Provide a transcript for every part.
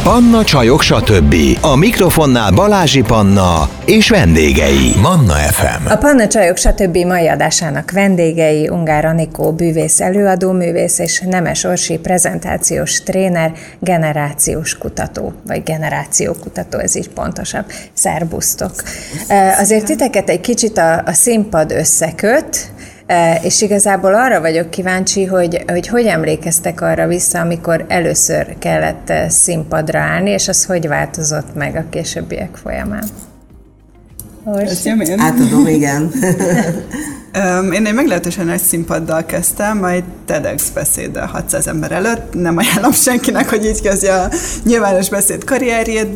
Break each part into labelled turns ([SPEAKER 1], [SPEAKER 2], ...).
[SPEAKER 1] Panna Csajok stb. A mikrofonnál Balázsi Panna és vendégei. Manna FM.
[SPEAKER 2] A Panna Csajok stb. Mai adásának vendégei Ungár Anikó bűvész előadó művész és Nemes Orsi prezentációs tréner, generációs kutató, vagy generációkutató, ez így pontosabb. Szerbusztok. Azért titeket egy kicsit a színpad összeköt, és igazából arra vagyok kíváncsi, hogy emlékeztek arra vissza, amikor először kellett színpadra állni, és az hogy változott meg a későbbiek folyamán?
[SPEAKER 3] Átadom, igen.
[SPEAKER 4] Én egy meglehetősen nagy színpaddal kezdtem, majd TEDx beszéddel 600 ember előtt. Nem ajánlom senkinek, hogy így kezdje a nyilvános beszéd karrierjét,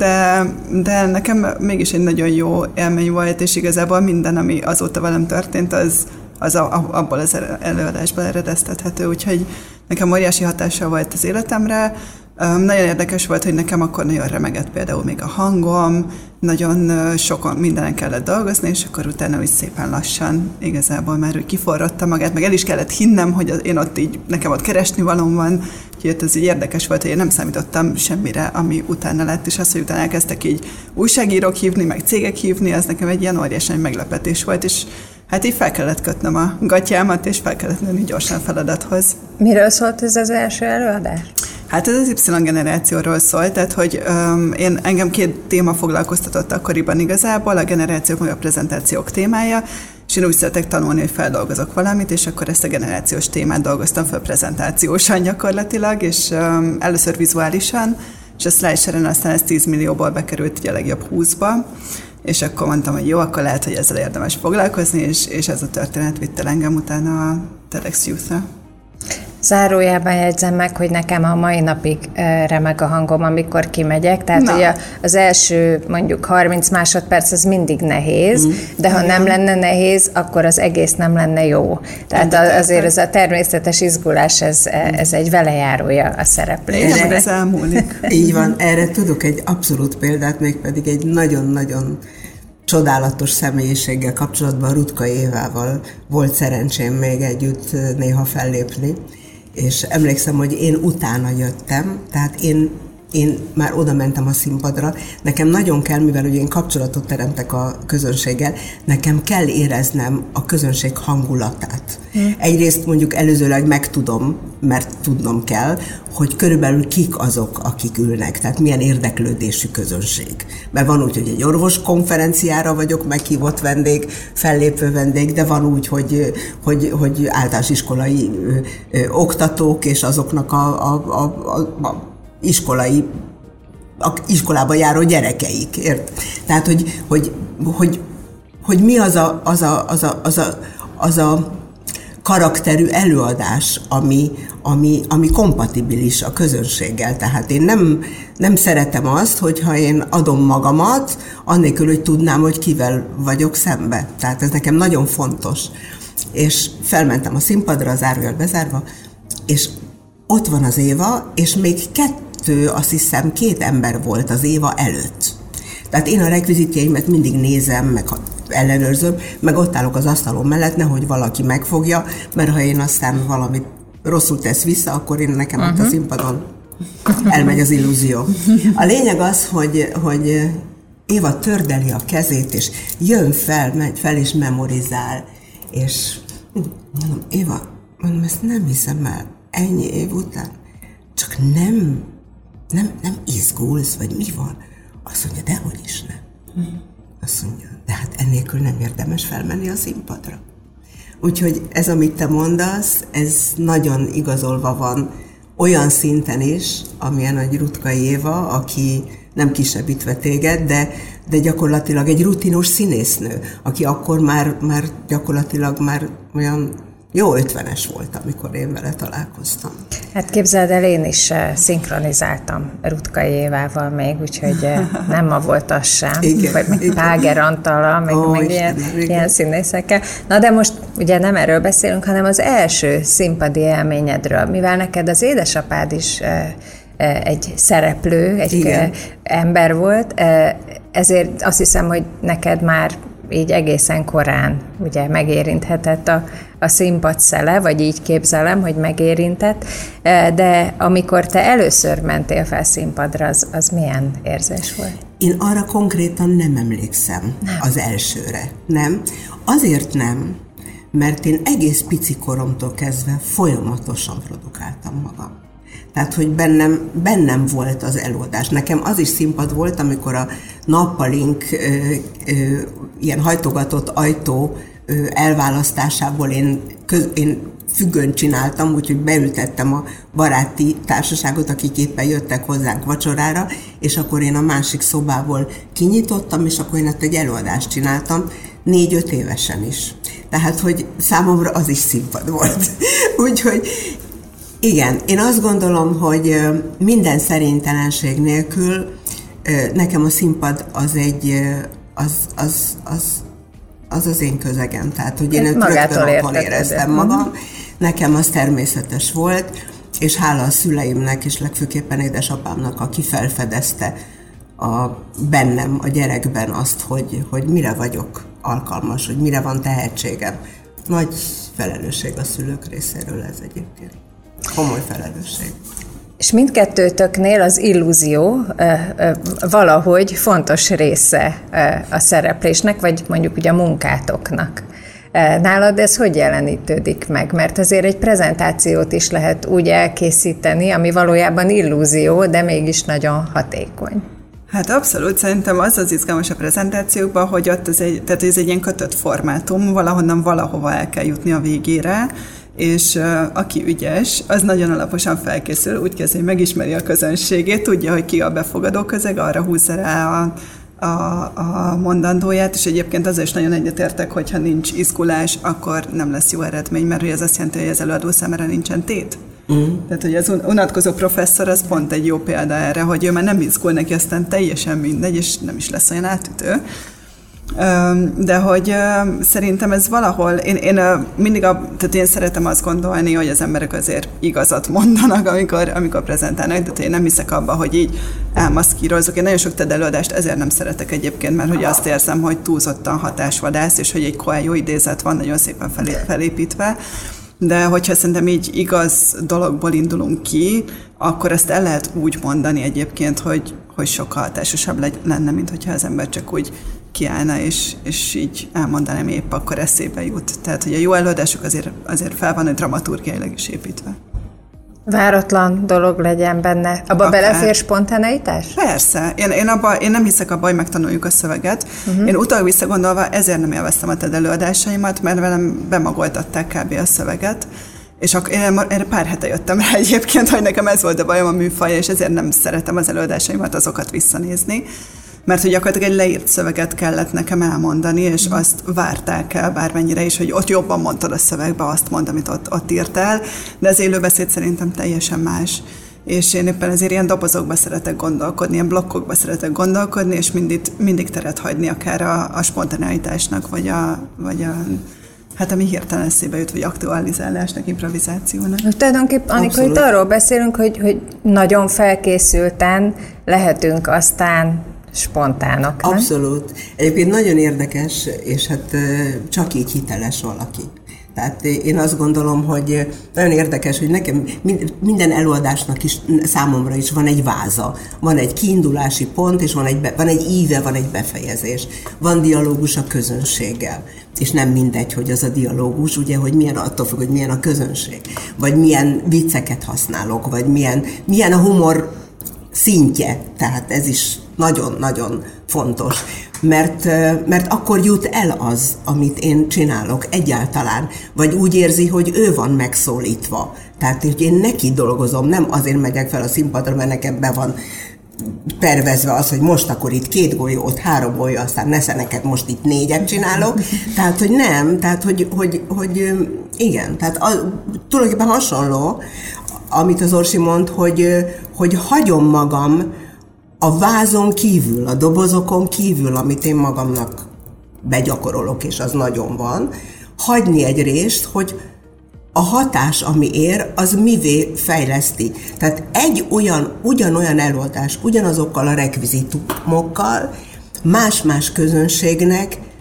[SPEAKER 4] de nekem mégis egy nagyon jó élmény volt, és igazából minden, ami azóta velem történt, az abból az előadásból eredeztethető, úgyhogy nekem óriási hatással volt az életemre. Nagyon érdekes volt, hogy nekem akkor nagyon remegett például még a hangom, nagyon sokan mindenen kellett dolgozni, és akkor utána úgy szépen lassan igazából már úgy kiforrotta magát, meg el is kellett hinnem, hogy én ott így, nekem ott keresni valóm van, úgyhogy ez így érdekes volt, hogy én nem számítottam semmire, ami utána lett, és az, hogy utána elkezdtek így újságírók hívni, meg cégek hívni, az nekem egy ilyen óriási meglepetés volt, és hát így fel kellett kötnöm a gatyámat, és fel kellett nőni gyorsan a feladathoz. Miről szólt ez az első előadás? Hát ez az Y generációról szólt, tehát hogy engem két téma foglalkoztatott akkoriban igazából, a generációk meg a prezentációk témája, és én úgy szeretek tanulni, hogy feldolgozok valamit, és akkor ezt a generációs témát dolgoztam fel prezentációsan gyakorlatilag, és először vizuálisan, és a SlideShare-en aztán ez 10 millióból bekerült így a legjobb 20-ba, és akkor mondtam, hogy jó, akkor lehet, hogy ezzel érdemes foglalkozni, és ez a történet vitt el engem utána a TEDx Youth-ra.
[SPEAKER 2] Zárójában jegyzem meg, hogy nekem a mai napig remeg a hangom, amikor kimegyek, tehát ugye az első mondjuk 30 másodperc az mindig nehéz, de ha nem lenne nehéz, akkor az egész nem lenne jó. Tehát azért ez a természetes izgulás, ez egy velejárója a szereplésnek.
[SPEAKER 4] Igen, ez elmúlik.
[SPEAKER 3] Így van, erre tudok egy abszolút példát, mégpedig egy nagyon-nagyon csodálatos személyiséggel kapcsolatban Rutka Évával volt szerencsém még együtt néha fellépni, és emlékszem, hogy én utána jöttem, tehát én már oda mentem a színpadra, nekem nagyon kell, mivel ugye én kapcsolatot teremtek a közönséggel, nekem kell éreznem a közönség hangulatát. Egyrészt mondjuk előzőleg megtudom, mert tudnom kell, hogy körülbelül kik azok, akik ülnek, tehát milyen érdeklődésű közönség. Mert van úgy, hogy egy orvos konferenciára vagyok meghívott vendég, fellépő vendég, de van úgy, hogy általános iskolai oktatók, és azoknak a iskolába járó gyerekeik, ért? Tehát, hogy mi az a karakterű előadás, ami kompatibilis a közönséggel. Tehát én nem szeretem azt, hogyha én adom magamat, annélkül, hogy tudnám, hogy kivel vagyok szembe. Tehát ez nekem nagyon fontos. És felmentem a színpadra, az zárójel bezárva, és ott van az Éva, és még azt hiszem 2 ember volt az Éva előtt. Tehát én a rekvizitjeimet mindig nézem, meg ellenőrzöm, meg ott állok az asztalon mellett, nehogy valaki megfogja, mert ha én aztán valamit rosszul tesz vissza, akkor nekem ott a színpadon elmegy az illúzió. A lényeg az, hogy Éva tördeli a kezét, és jön fel, megy fel, és memorizál. És mondom, Éva, ezt nem hiszem el, ennyi év után. Csak nem izgulsz, vagy mi van? Azt mondja, dehogy is nem. Azt mondja, de hát ennélkül nem érdemes felmenni a színpadra. Úgyhogy ez, amit te mondasz, ez nagyon igazolva van olyan szinten is, amilyen a Rutkai Éva, aki nem kisebbítve téged, de gyakorlatilag egy rutinos színésznő, aki akkor már gyakorlatilag már olyan jó 50-es volt, amikor én vele találkoztam.
[SPEAKER 2] Hát képzeld el, én is szinkronizáltam Rutkai Évával még, úgyhogy nem ma volt az sem, igen, vagy meg Páger Antallal, meg ilyen színészekkel. Na de most ugye nem erről beszélünk, hanem az első színpadi élményedről, mivel neked az édesapád is egy szereplő, egy ember volt, ezért azt hiszem, hogy neked már így egészen korán ugye megérinthetett a színpad szele, vagy így képzelem, hogy megérintett, de amikor te először mentél fel színpadra, az milyen érzés volt?
[SPEAKER 3] Én arra konkrétan nem emlékszem az elsőre, nem. Azért nem, mert én egész pici koromtól kezdve folyamatosan produkáltam magam. Tehát, hogy bennem volt az előadás. Nekem az is színpad volt, amikor a nappalink ilyen hajtogatott ajtó elválasztásából én függönyt csináltam, úgyhogy beültettem a baráti társaságot, akik éppen jöttek hozzánk vacsorára, és akkor én a másik szobából kinyitottam, és akkor én egy előadást csináltam 4-5 évesen is. Tehát, hogy számomra az is színpad volt. Úgyhogy igen, én azt gondolom, hogy minden szerintelenség nélkül nekem a színpad az az én közegem. Tehát, hogy én rögtön otthon éreztem magam. Nekem az természetes volt, és hála a szüleimnek, és legfőképpen édesapámnak, aki felfedezte bennem, a gyerekben azt, hogy mire vagyok alkalmas, hogy mire van tehetségem. Nagy felelősség a szülők részéről ez egyébként. Komoly felelősség.
[SPEAKER 2] És mindkettőtöknél az illúzió valahogy fontos része a szereplésnek, vagy mondjuk ugye a munkátoknak. Nálad ez hogy jelenítődik meg? Mert azért egy prezentációt is lehet úgy elkészíteni, ami valójában illúzió, de mégis nagyon hatékony.
[SPEAKER 4] Hát abszolút, szerintem az izgalmas a prezentációkban, hogy ott ez egy ilyen kötött formátum, valahonnan valahova el kell jutni a végére, és aki ügyes, az nagyon alaposan felkészül, úgy kezd, hogy megismeri a közönségét, tudja, hogy ki a befogadó közeg, arra húzza rá a mondandóját, és egyébként azért is nagyon egyetértek, hogyha nincs izgulás, akkor nem lesz jó eredmény, mert ez azt jelenti, hogy az előadó számára nincsen tét. Tehát, hogy az unatkozó professzor az pont egy jó példa erre, hogy ő már nem izgul, neki aztán teljesen mindegy, és nem is lesz olyan átütő. De hogy szerintem ez valahol, én mindig tehát én szeretem azt gondolni, hogy az emberek azért igazat mondanak, amikor prezentálnak, de én nem hiszek abba, hogy így elmaszkírozok. Én nagyon sok TED előadást ezért nem szeretek egyébként, mert hogy azt érzem, hogy túlzottan hatásvadász, és hogy egy Coelho idézet van nagyon szépen felépítve. De hogyha szerintem így igaz dologból indulunk ki, akkor ezt el lehet úgy mondani egyébként, hogy sokkal hatásosabb lenne, mint hogyha az ember csak úgy kiállna, és így elmondanám, épp akkor eszébe jut. Tehát, hogy a jó előadások azért fel van, hogy dramaturgiailag is építve.
[SPEAKER 2] Váratlan dolog legyen benne. Abba belefér spontaneitás?
[SPEAKER 4] Persze. Én nem hiszek abba, hogy megtanuljuk a szöveget. Én utólag visszagondolva ezért nem élveztem a TED előadásaimat, mert velem bemagoltatták kb. A szöveget. És akkor erre pár hete jöttem rá egyébként, hogy nekem ez volt a bajom a műfaja, és ezért nem szeretem az előadásaimat, azokat visszanézni. Mert hogy gyakorlatilag egy leírt szöveget kellett nekem elmondani, és azt várták el bármennyire is, hogy ott jobban mondtad a szövegbe, azt mondd, amit ott írtál, de az élőbeszéd szerintem teljesen más. És én éppen ezért ilyen dobozokba szeretek gondolkodni, ilyen blokkokba szeretek gondolkodni, és mindig teret hagyni akár a spontaneitásnak, vagy hát ami hirtelen eszébe jut, vagy aktualizálásnak, improvizációnak.
[SPEAKER 2] Tulajdonképpen, amikor itt arról beszélünk, hogy nagyon felkészülten lehetünk aztán spontánok, nem?
[SPEAKER 3] Abszolút. Egyébként nagyon érdekes, és hát csak így hiteles valaki. Tehát én azt gondolom, hogy nagyon érdekes, hogy nekem minden előadásnak is számomra is van egy váza, van egy kiindulási pont, és van egy íve, van egy befejezés. Van dialógus a közönséggel. És nem mindegy, hogy az a dialógus, ugye, hogy milyen attól függ, hogy milyen a közönség, vagy milyen vicceket használok, vagy milyen a humor szintje. Tehát ez is nagyon-nagyon fontos. Mert akkor jut el az, amit én csinálok egyáltalán, vagy úgy érzi, hogy ő van megszólítva. Tehát, hogy én neki dolgozom, nem azért megyek fel a színpadra, mert nekem be van tervezve az, hogy most akkor itt 2 golyó, ott 3 golyó, aztán nesze neked most itt 4 csinálok. Tehát, hogy nem, tehát, hogy igen, tehát tulajdonképpen hasonló, amit az Orsi mond, hogy hagyom magam a vázon kívül, a dobozokon kívül, amit én magamnak begyakorolok, és az nagyon van, hagyni egy részt, hogy a hatás, ami ér, az mivé fejleszti. Tehát egy ugyanolyan előadás, ugyanazokkal a rekvizitumokkal, más-más közönségnek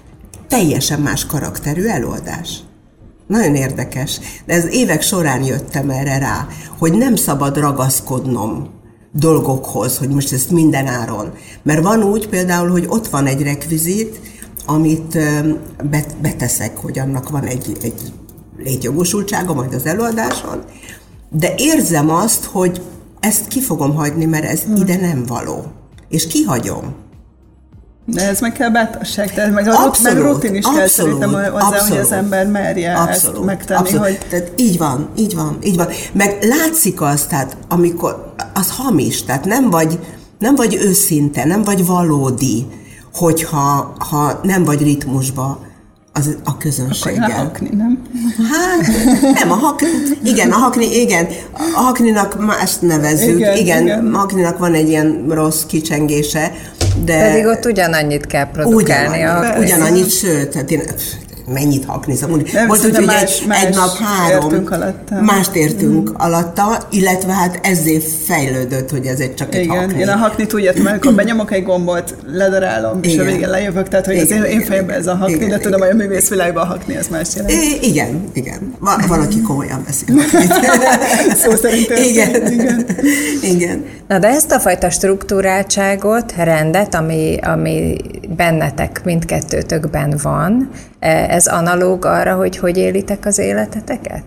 [SPEAKER 3] teljesen más karakterű előadás. Nagyon érdekes, de ez évek során jöttem erre rá, hogy nem szabad ragaszkodnom dolgokhoz, hogy most ezt minden áron. Mert van úgy például, hogy ott van egy rekvizit, amit beteszek, hogy annak van egy létjogosultsága majd az előadáson, de érzem azt, hogy ezt ki fogom hagyni, mert ez ide nem való. És kihagyom.
[SPEAKER 4] De ez meg kell bátorság, tehát meg rutin is kell szerintem hozzá, hogy az ember merje ezt megtenni.
[SPEAKER 3] Abszolút.
[SPEAKER 4] Hogy...
[SPEAKER 3] Tehát így van. Meg látszik az, tehát amikor az hamis, tehát nem vagy őszinte, nem vagy valódi, hogyha nem vagy ritmusba a közönséggel.
[SPEAKER 4] Akkor a hakni, nem?
[SPEAKER 3] Hát, nem, a hakninak mást nevezzük, igen. A hakninak van egy ilyen rossz kicsengése, de...
[SPEAKER 2] Pedig ott ugyanannyit kell produkálni.
[SPEAKER 3] Ugyanannyit, sőt, hát én mennyit haknizom. Most úgy, hogy egy nap 3 mást értünk alatta, illetve hát ezzé fejlődött, hogy ez csak egy hakni.
[SPEAKER 4] Én a haknit úgy értem, amikor benyomok egy gombot, ledarálom, és a végén lejövök, tehát hogy az én fejemben ez a hakni, de tudom, hogy a művészvilágban a hakni, ez más jelent.
[SPEAKER 3] Igen. Van, aki komolyan veszi a haknit.
[SPEAKER 4] Szó szerint
[SPEAKER 3] Igen.
[SPEAKER 2] Na de ezt a fajta struktúráltságot, rendet, ami bennetek mindkettőtökben van, ez analóg arra, hogy élitek az életeteket?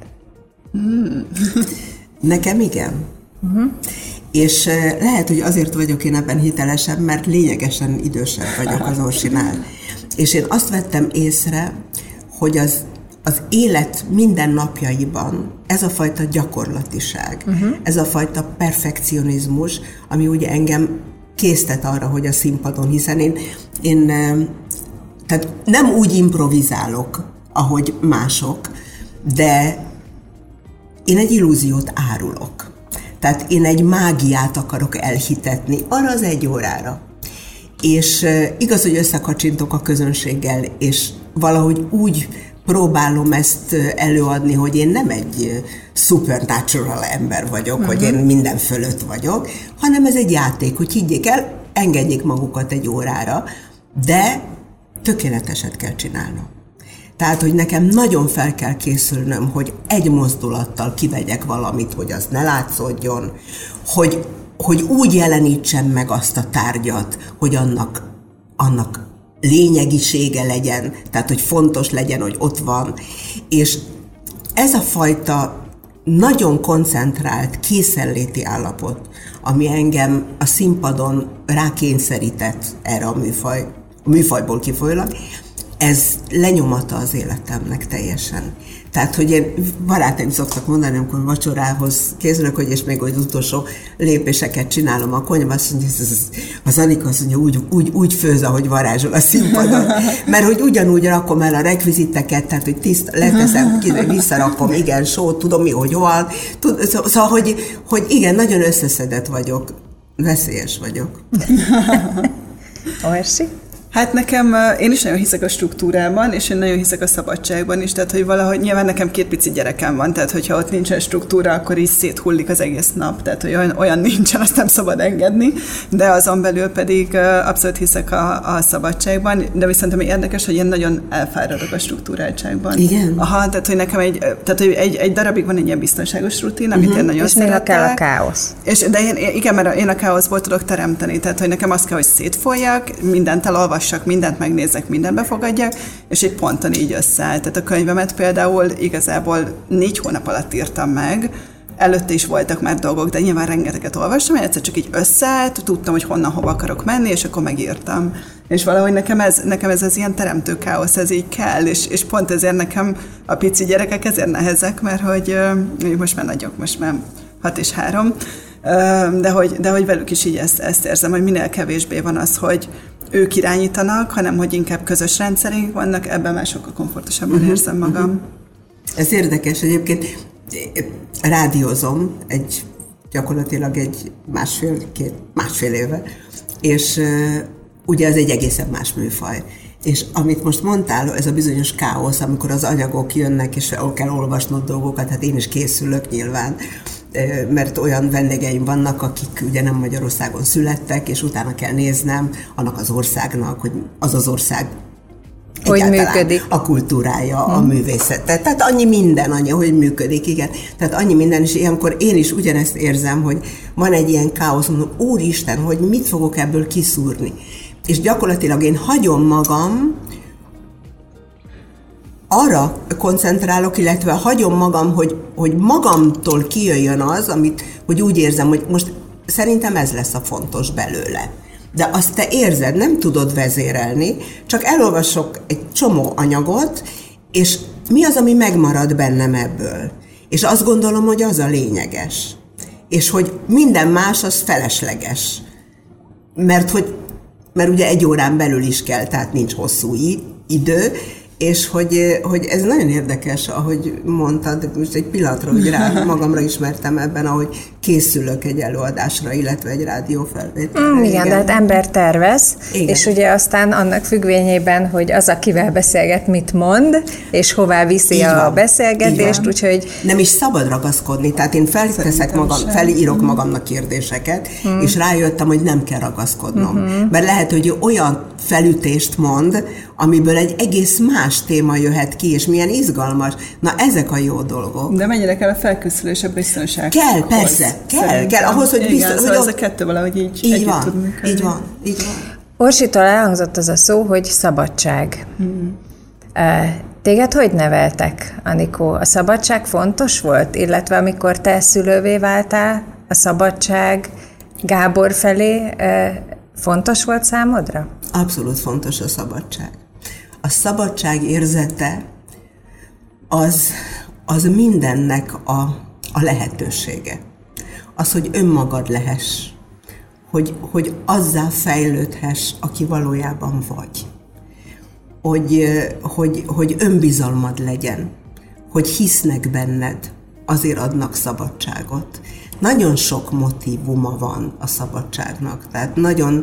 [SPEAKER 3] Nekem igen. És lehet, hogy azért vagyok én ebben hitelesebb, mert lényegesen idősebb vagyok az Orsinál. És én azt vettem észre, hogy az élet minden napjaiban ez a fajta gyakorlatiság, ez a fajta perfekcionizmus, ami ugye engem késztet arra, hogy a színpadon, hiszen én tehát nem úgy improvizálok, ahogy mások, de én egy illúziót árulok. Tehát én egy mágiát akarok elhitetni arra az 1 órára. És igaz, hogy összekacsintok a közönséggel, és valahogy úgy próbálom ezt előadni, hogy én nem egy supernatural ember vagyok, hogy én minden fölött vagyok, hanem ez egy játék, hogy higgyék el, engedjék magukat 1 órára, de tökéleteset kell csinálnom. Tehát, hogy nekem nagyon fel kell készülnöm, hogy egy mozdulattal kivegyek valamit, hogy az ne látszódjon, hogy úgy jelenítsem meg azt a tárgyat, hogy annak lényegisége legyen, tehát, hogy fontos legyen, hogy ott van. És ez a fajta nagyon koncentrált készenléti állapot, ami engem a színpadon rákényszerített erre a műfajból kifolyólag, ez lenyomata az életemnek teljesen. Tehát, hogy én barátaim szoktak mondani, amikor vacsorához készülök, hogy és még az utolsó lépéseket csinálom a konyhában, azt mondja, az Anika azt mondja, úgy főz, ahogy varázsol a színpadon. Mert hogy ugyanúgy rakom el a rekviziteket, tehát, hogy leteszem, visszarakom, igen, sót, tudom mi, hogy van. Szóval, hogy igen, nagyon összeszedett vagyok. Veszélyes vagyok.
[SPEAKER 2] Orsi?
[SPEAKER 4] Hát nekem, én is nagyon hiszek a struktúrában, és én nagyon hiszek a szabadságban is, tehát hogy valahogy nyilván nekem 2 pici gyerekem van, tehát hogyha ott nincsen struktúra, akkor így széthullik az egész nap, tehát hogy olyan nincsen, azt nem szabad engedni, de azon belül pedig abszolút hiszek a szabadságban, de viszont ami érdekes, hogy én nagyon elfáradok a struktúráltságban.
[SPEAKER 3] Igen.
[SPEAKER 4] Aha, tehát hogy nekem egy darabig van egy ilyen biztonságos rutin, amit én nagyon
[SPEAKER 2] és
[SPEAKER 4] szeretek.
[SPEAKER 2] És kell a káosz.
[SPEAKER 4] De igen, mert én a káoszból tudok teremteni, tehát hogy nekem azt kell, hogy szétfoljak, mindent elolvassak, mindent megnézzek, mindent befogadjak, és egy ponton így összeáll. Tehát a könyvemet például igazából 4 hónap alatt írtam meg, előtte is voltak már dolgok, de nyilván rengeteget olvastam, és egyszer csak így összeállt, tudtam, hogy honnan, hova akarok menni, és akkor megírtam. És valahogy nekem ez az ilyen teremtő káosz, ez így kell, és pont ezért nekem a pici gyerekek ezért nehezek, mert hogy most már nagyok, most már 6 és 3, de hogy velük is így ezt érzem, hogy minél kevésbé van az, hogy ők irányítanak, hanem hogy inkább közös rendszerünk vannak, ebben már sokkal komfortosabban érzem magam.
[SPEAKER 3] Ez érdekes, egyébként rádiózom gyakorlatilag egy másfél éve, és ugye ez egy egészen más műfaj. És amit most mondtál, ez a bizonyos káosz, amikor az anyagok jönnek, és kell olvasnod dolgokat, hát én is készülök nyilván, mert olyan vendégeim vannak, akik ugye nem Magyarországon születtek, és utána kell néznem annak az országnak, hogy az az ország
[SPEAKER 2] hogy működik
[SPEAKER 3] a kultúrája, a művészete. Tehát annyi minden, hogy működik, igen. Tehát annyi minden, és ilyenkor én is ugyanezt érzem, hogy van egy ilyen káosz, mondom, úristen, hogy mit fogok ebből kiszúrni. És gyakorlatilag én hagyom magam, arra koncentrálok, illetve hagyom magam, hogy magamtól kijöjjön az, hogy úgy érzem, hogy most szerintem ez lesz a fontos belőle. De azt te érzed, nem tudod vezérelni, csak elolvasok egy csomó anyagot, és mi az, ami megmarad bennem ebből? És azt gondolom, hogy az a lényeges. És hogy minden más az felesleges. Mert ugye 1 órán belül is kell, tehát nincs hosszú idő, és hogy ez nagyon érdekes, ahogy mondtad, most egy pillanatra, hogy magamra ismertem ebben, ahogy készülök egy előadásra, illetve egy rádiófelvételre.
[SPEAKER 2] Igen, de hát ember tervez, igen. És ugye aztán annak függvényében, hogy az, akivel beszélget, mit mond, és hová viszi a beszélgetést, úgyhogy...
[SPEAKER 3] Nem is szabad ragaszkodni, tehát én felírok magamnak kérdéseket, és rájöttem, hogy nem kell ragaszkodnom. Mert lehet, hogy olyan felütést mond, amiből egy egész más téma jöhet ki, és milyen izgalmas. Na, ezek a jó dolgok.
[SPEAKER 4] De mennyire kell a felkészülés a biztonság?
[SPEAKER 3] Kell, persze, kell. Ahhoz, hogy
[SPEAKER 4] biztos, szóval ez a kettő valahogy így van, tud működni.
[SPEAKER 3] Így van.
[SPEAKER 2] Orsitól elhangzott az a szó, hogy szabadság. Téged hogy neveltek, Anikó? A szabadság fontos volt? Illetve amikor te szülővé váltál, a szabadság Gábor felé fontos volt számodra?
[SPEAKER 3] Abszolút fontos a szabadság. A szabadság érzete az mindennek a lehetősége. Az, hogy önmagad lehess. Hogy azzá fejlődhess, aki valójában vagy. Hogy önbizalmad legyen. Hogy hisznek benned, azért adnak szabadságot. Nagyon sok motívuma van a szabadságnak. Tehát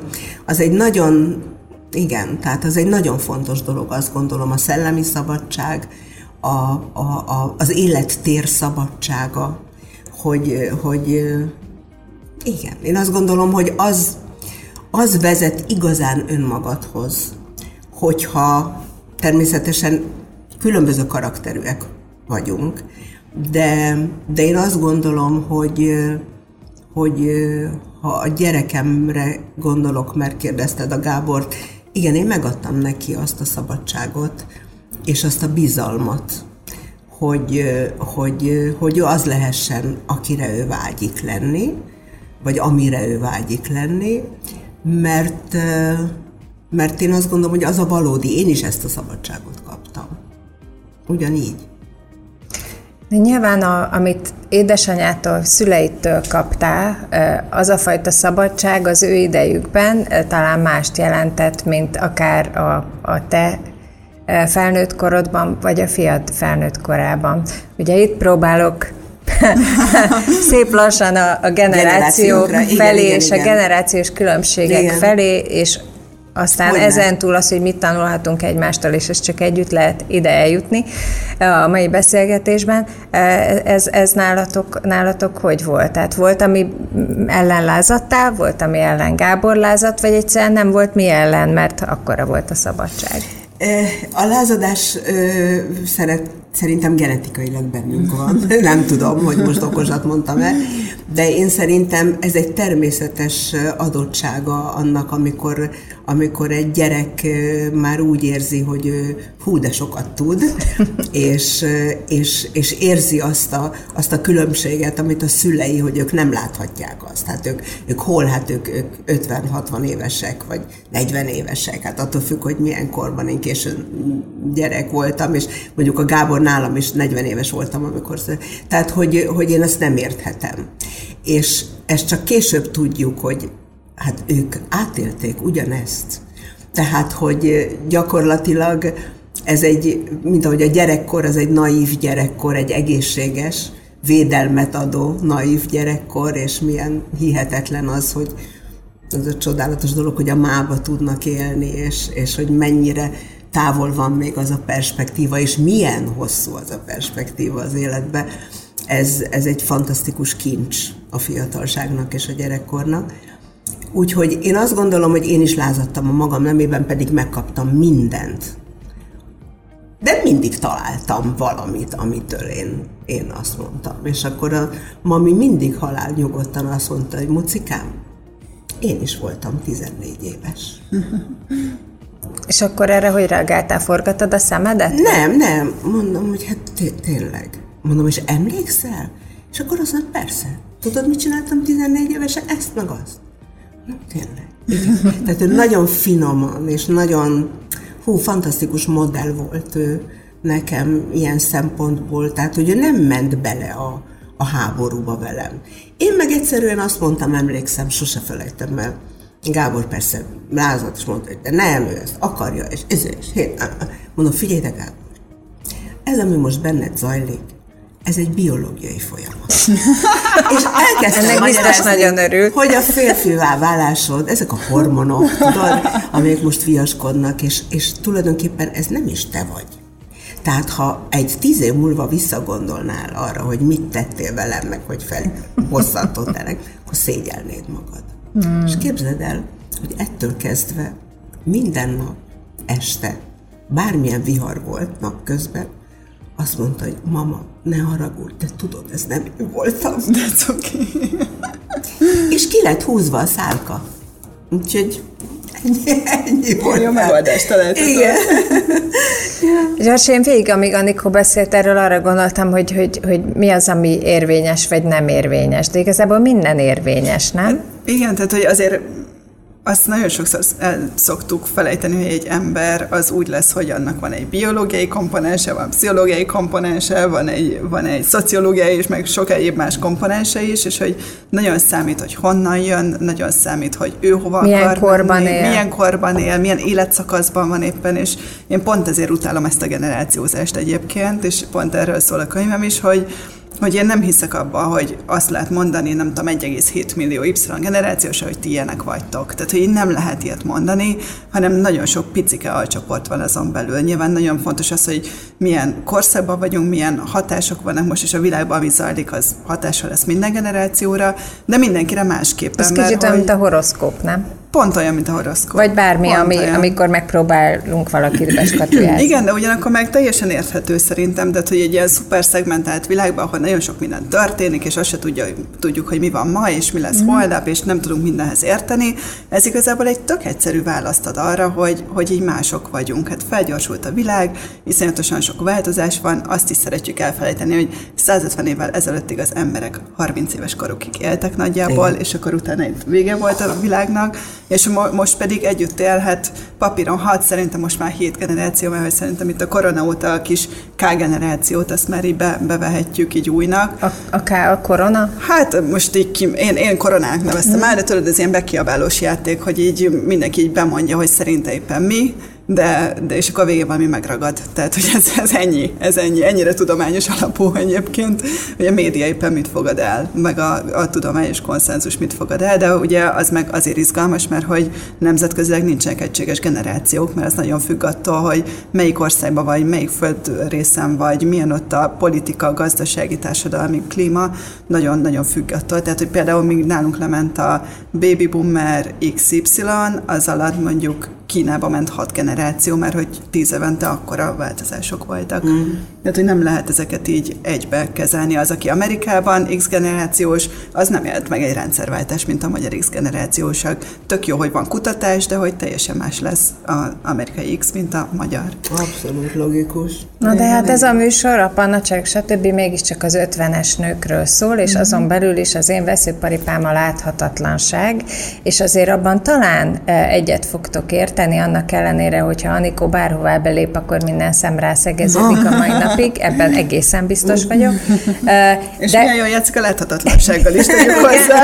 [SPEAKER 3] az egy nagyon fontos dolog, azt gondolom, a szellemi szabadság, az élettér szabadsága, hogy igen, én azt gondolom, hogy az vezet igazán önmagadhoz, hogyha természetesen különböző karakterűek vagyunk, de én azt gondolom, hogy ha a gyerekemre gondolok, mert kérdezted a Gábort, igen, én megadtam neki azt a szabadságot, és azt a bizalmat, hogy ő az lehessen, akire ő vágyik lenni, vagy amire ő vágyik lenni, mert én azt gondolom, hogy az a valódi, én is ezt a szabadságot kaptam. Ugyanígy.
[SPEAKER 2] De nyilván, amit édesanyától, szüleitől kaptál, az a fajta szabadság az ő idejükben talán mást jelentett, mint akár a te felnőtt korodban, vagy a fiad felnőtt korában. Ugye itt próbálok szép lassan a generációk felé, igen, és a generációs különbségek felé, és aztán ezentúl az, hogy mit tanulhatunk egymástól, és ez csak együtt lehet ide eljutni a mai beszélgetésben. Ez nálatok hogy volt? Tehát volt, ami ellen lázadtál, volt, ami ellen Gábor lázadt, vagy egyszerűen nem volt mi ellen, mert akkora volt a szabadság?
[SPEAKER 3] A lázadás szerintem genetikailag bennünk van. Nem tudom, hogy most okosat mondtam-e, de én szerintem ez egy természetes adottsága annak, amikor egy gyerek már úgy érzi, hogy hú, de sokat tud, és érzi azt a különbséget, amit a szülei, hogy ők nem láthatják azt. Hát ők hol? Hát ők 50-60 évesek, vagy 40 évesek. Hát attól függ, hogy milyen korban én későn gyerek voltam, és mondjuk a Gábor nálam is 40 éves voltam, amikor... Tehát, hogy én ezt nem érthetem. És ezt csak később tudjuk, hogy hát ők átélték ugyanezt. Tehát, hogy gyakorlatilag ez mint ahogy a gyerekkor, az egy naív gyerekkor, egy egészséges, védelmet adó naív gyerekkor, és milyen hihetetlen az, hogy az a csodálatos dolog, hogy a mába tudnak élni, és hogy mennyire távol van még az a perspektíva, és milyen hosszú az a perspektíva az életben. Ez egy fantasztikus kincs a fiatalságnak és a gyerekkornak. Úgyhogy én azt gondolom, hogy én is lázadtam a magam nemében, pedig megkaptam mindent, De mindig találtam valamit, amitől én azt mondtam. És akkor a mami mindig halálnyugodtan azt mondta, hogy Mucikám, én is voltam 14 éves.
[SPEAKER 2] És akkor erre hogy reagáltál? Forgattad a szemedet?
[SPEAKER 3] Nem. Mondom, hogy hát tényleg. Mondom, és emlékszel? És akkor azt mondta, persze. Tudod, mit csináltam 14 évesen? Ezt meg azt. Na, tényleg. Igen. Tehát ő nagyon finoman, és nagyon fantasztikus modell volt ő nekem ilyen szempontból. Tehát, hogy ő nem ment bele a háborúba velem. Én meg egyszerűen azt mondtam, emlékszem, sose felejtem el. Gábor persze lázadt, és mondta, hogy de nem, ő ezt akarja, és mondom, figyelj, de Gábor, ez, ami most benned zajlik, ez egy biológiai folyamat. És elkezdtem magyarázni, hogy a férfivá válásod, ezek a hormonok, tudod, amelyek most viaskodnak, és tulajdonképpen ez nem is te vagy. Tehát, ha egy 10 év múlva visszagondolnál arra, hogy mit tettél velem, meg hogy felbosszantottál, akkor szégyelnéd magad. És képzeld el, hogy ettől kezdve minden nap, este, bármilyen vihar volt napközben, azt mondta, hogy mama, ne haragudj, de tudod, ez nem én voltam.
[SPEAKER 4] That's okay.
[SPEAKER 3] És ki lett húzva a szálka. Úgyhogy ennyi volt.
[SPEAKER 4] Jó megoldást találtatok.
[SPEAKER 3] Igen.
[SPEAKER 2] Zsarsi, én végig, amíg Anikó beszélt erről, arra gondoltam, hogy mi az, ami érvényes, vagy nem érvényes. De igazából minden érvényes, nem?
[SPEAKER 4] Igen, tehát hogy azért azt nagyon sokszor szoktuk felejteni, hogy egy ember az úgy lesz, hogy annak van egy biológiai komponense, van pszichológiai komponense, van egy szociológiai és meg sok egyéb más komponense is, és hogy nagyon számít, hogy honnan jön, nagyon számít, hogy ő hova akar menni, milyen korban él, milyen életszakaszban van éppen, és én pont ezért utálom ezt a generációzást egyébként, és pont erről szól a könyvem is, hogy én nem hiszek abba, hogy azt lehet mondani, nem tudom, 1,7 millió Y generációs, hogy ti ilyenek vagytok. Tehát, hogy nem lehet ilyet mondani, hanem nagyon sok picike alcsoport van azon belül. Nyilván nagyon fontos az, hogy milyen korszakban vagyunk, milyen hatások vannak most, és a világban, ami zajlik, az hatással lesz minden generációra, de mindenkire másképpen.
[SPEAKER 2] Ez kicsit olyan, mint a horoszkóp, nem?
[SPEAKER 4] Pont olyan, mint a horoszkóp.
[SPEAKER 2] Vagy bármi, amikor megpróbálunk valakit beskatujázni.
[SPEAKER 4] Igen, de ugyanakkor meg teljesen érthető szerintem, de hogy egy ilyen szuper szegmentált világban, ahol nagyon sok minden történik, és azt se tudjuk, hogy mi van ma, és mi lesz holnap, és nem tudunk mindenhez érteni. Ez igazából egy tök egyszerű választ ad arra, hogy így mások vagyunk. Hát felgyorsult a világ, iszonyatosan sok változás van, azt is szeretjük elfelejteni, hogy 150 évvel ezelőttig az emberek 30 éves korukig éltek nagyjából, igen. És akkor utána itt vége volt a világnak, és most pedig együtt élhet papíron 6, szerintem most már 7 generáció, mert szerintem itt a korona óta a kis K-generációt, azt már így bevehetjük így újnak.
[SPEAKER 2] A K a korona?
[SPEAKER 4] Hát most így én koronának neveztem el, de tudod, ez ilyen bekiabálós játék, hogy így mindenki így bemondja, hogy szerinte éppen mi, de és akkor a végén valami megragad. Tehát, hogy ez ennyi, ennyire tudományos alapú egyébként, hogy a média éppen mit fogad el, meg a tudományos konszenzus mit fogad el, de ugye az meg azért izgalmas, mert hogy nemzetközileg nincsenek egységes generációk, mert ez nagyon függ attól, hogy melyik országban vagy, melyik földrészen vagy, milyen ott a politika, gazdasági, társadalmi klíma, nagyon-nagyon függ attól. Tehát, hogy például még nálunk lement a baby boomer XY, az alatt mondjuk Kínába ment 6 generáció, mert hogy 10 évente akkora változások voltak. Tehát, hogy nem lehet ezeket így egybe kezelni. Az, aki Amerikában X generációs, az nem élt meg egy rendszerváltás, mint a magyar X generációsak. Tök jó, hogy van kutatás, de hogy teljesen más lesz az amerikai X, mint a magyar.
[SPEAKER 3] Abszolút logikus.
[SPEAKER 2] Na de hát ez a műsor, a Pannacsek, stb. Mégiscsak az 50-es nőkről szól, és azon belül is az én veszőparipám a láthatatlanság, és azért abban talán egyet fogtok érteni, annak ellenére, hogyha Anikó bárhová belép, akkor minden szem rászegeződik a mai napig, ebben egészen biztos vagyok.
[SPEAKER 4] És milyen jól játszik a láthatatlansággal is, tegyük hozzá.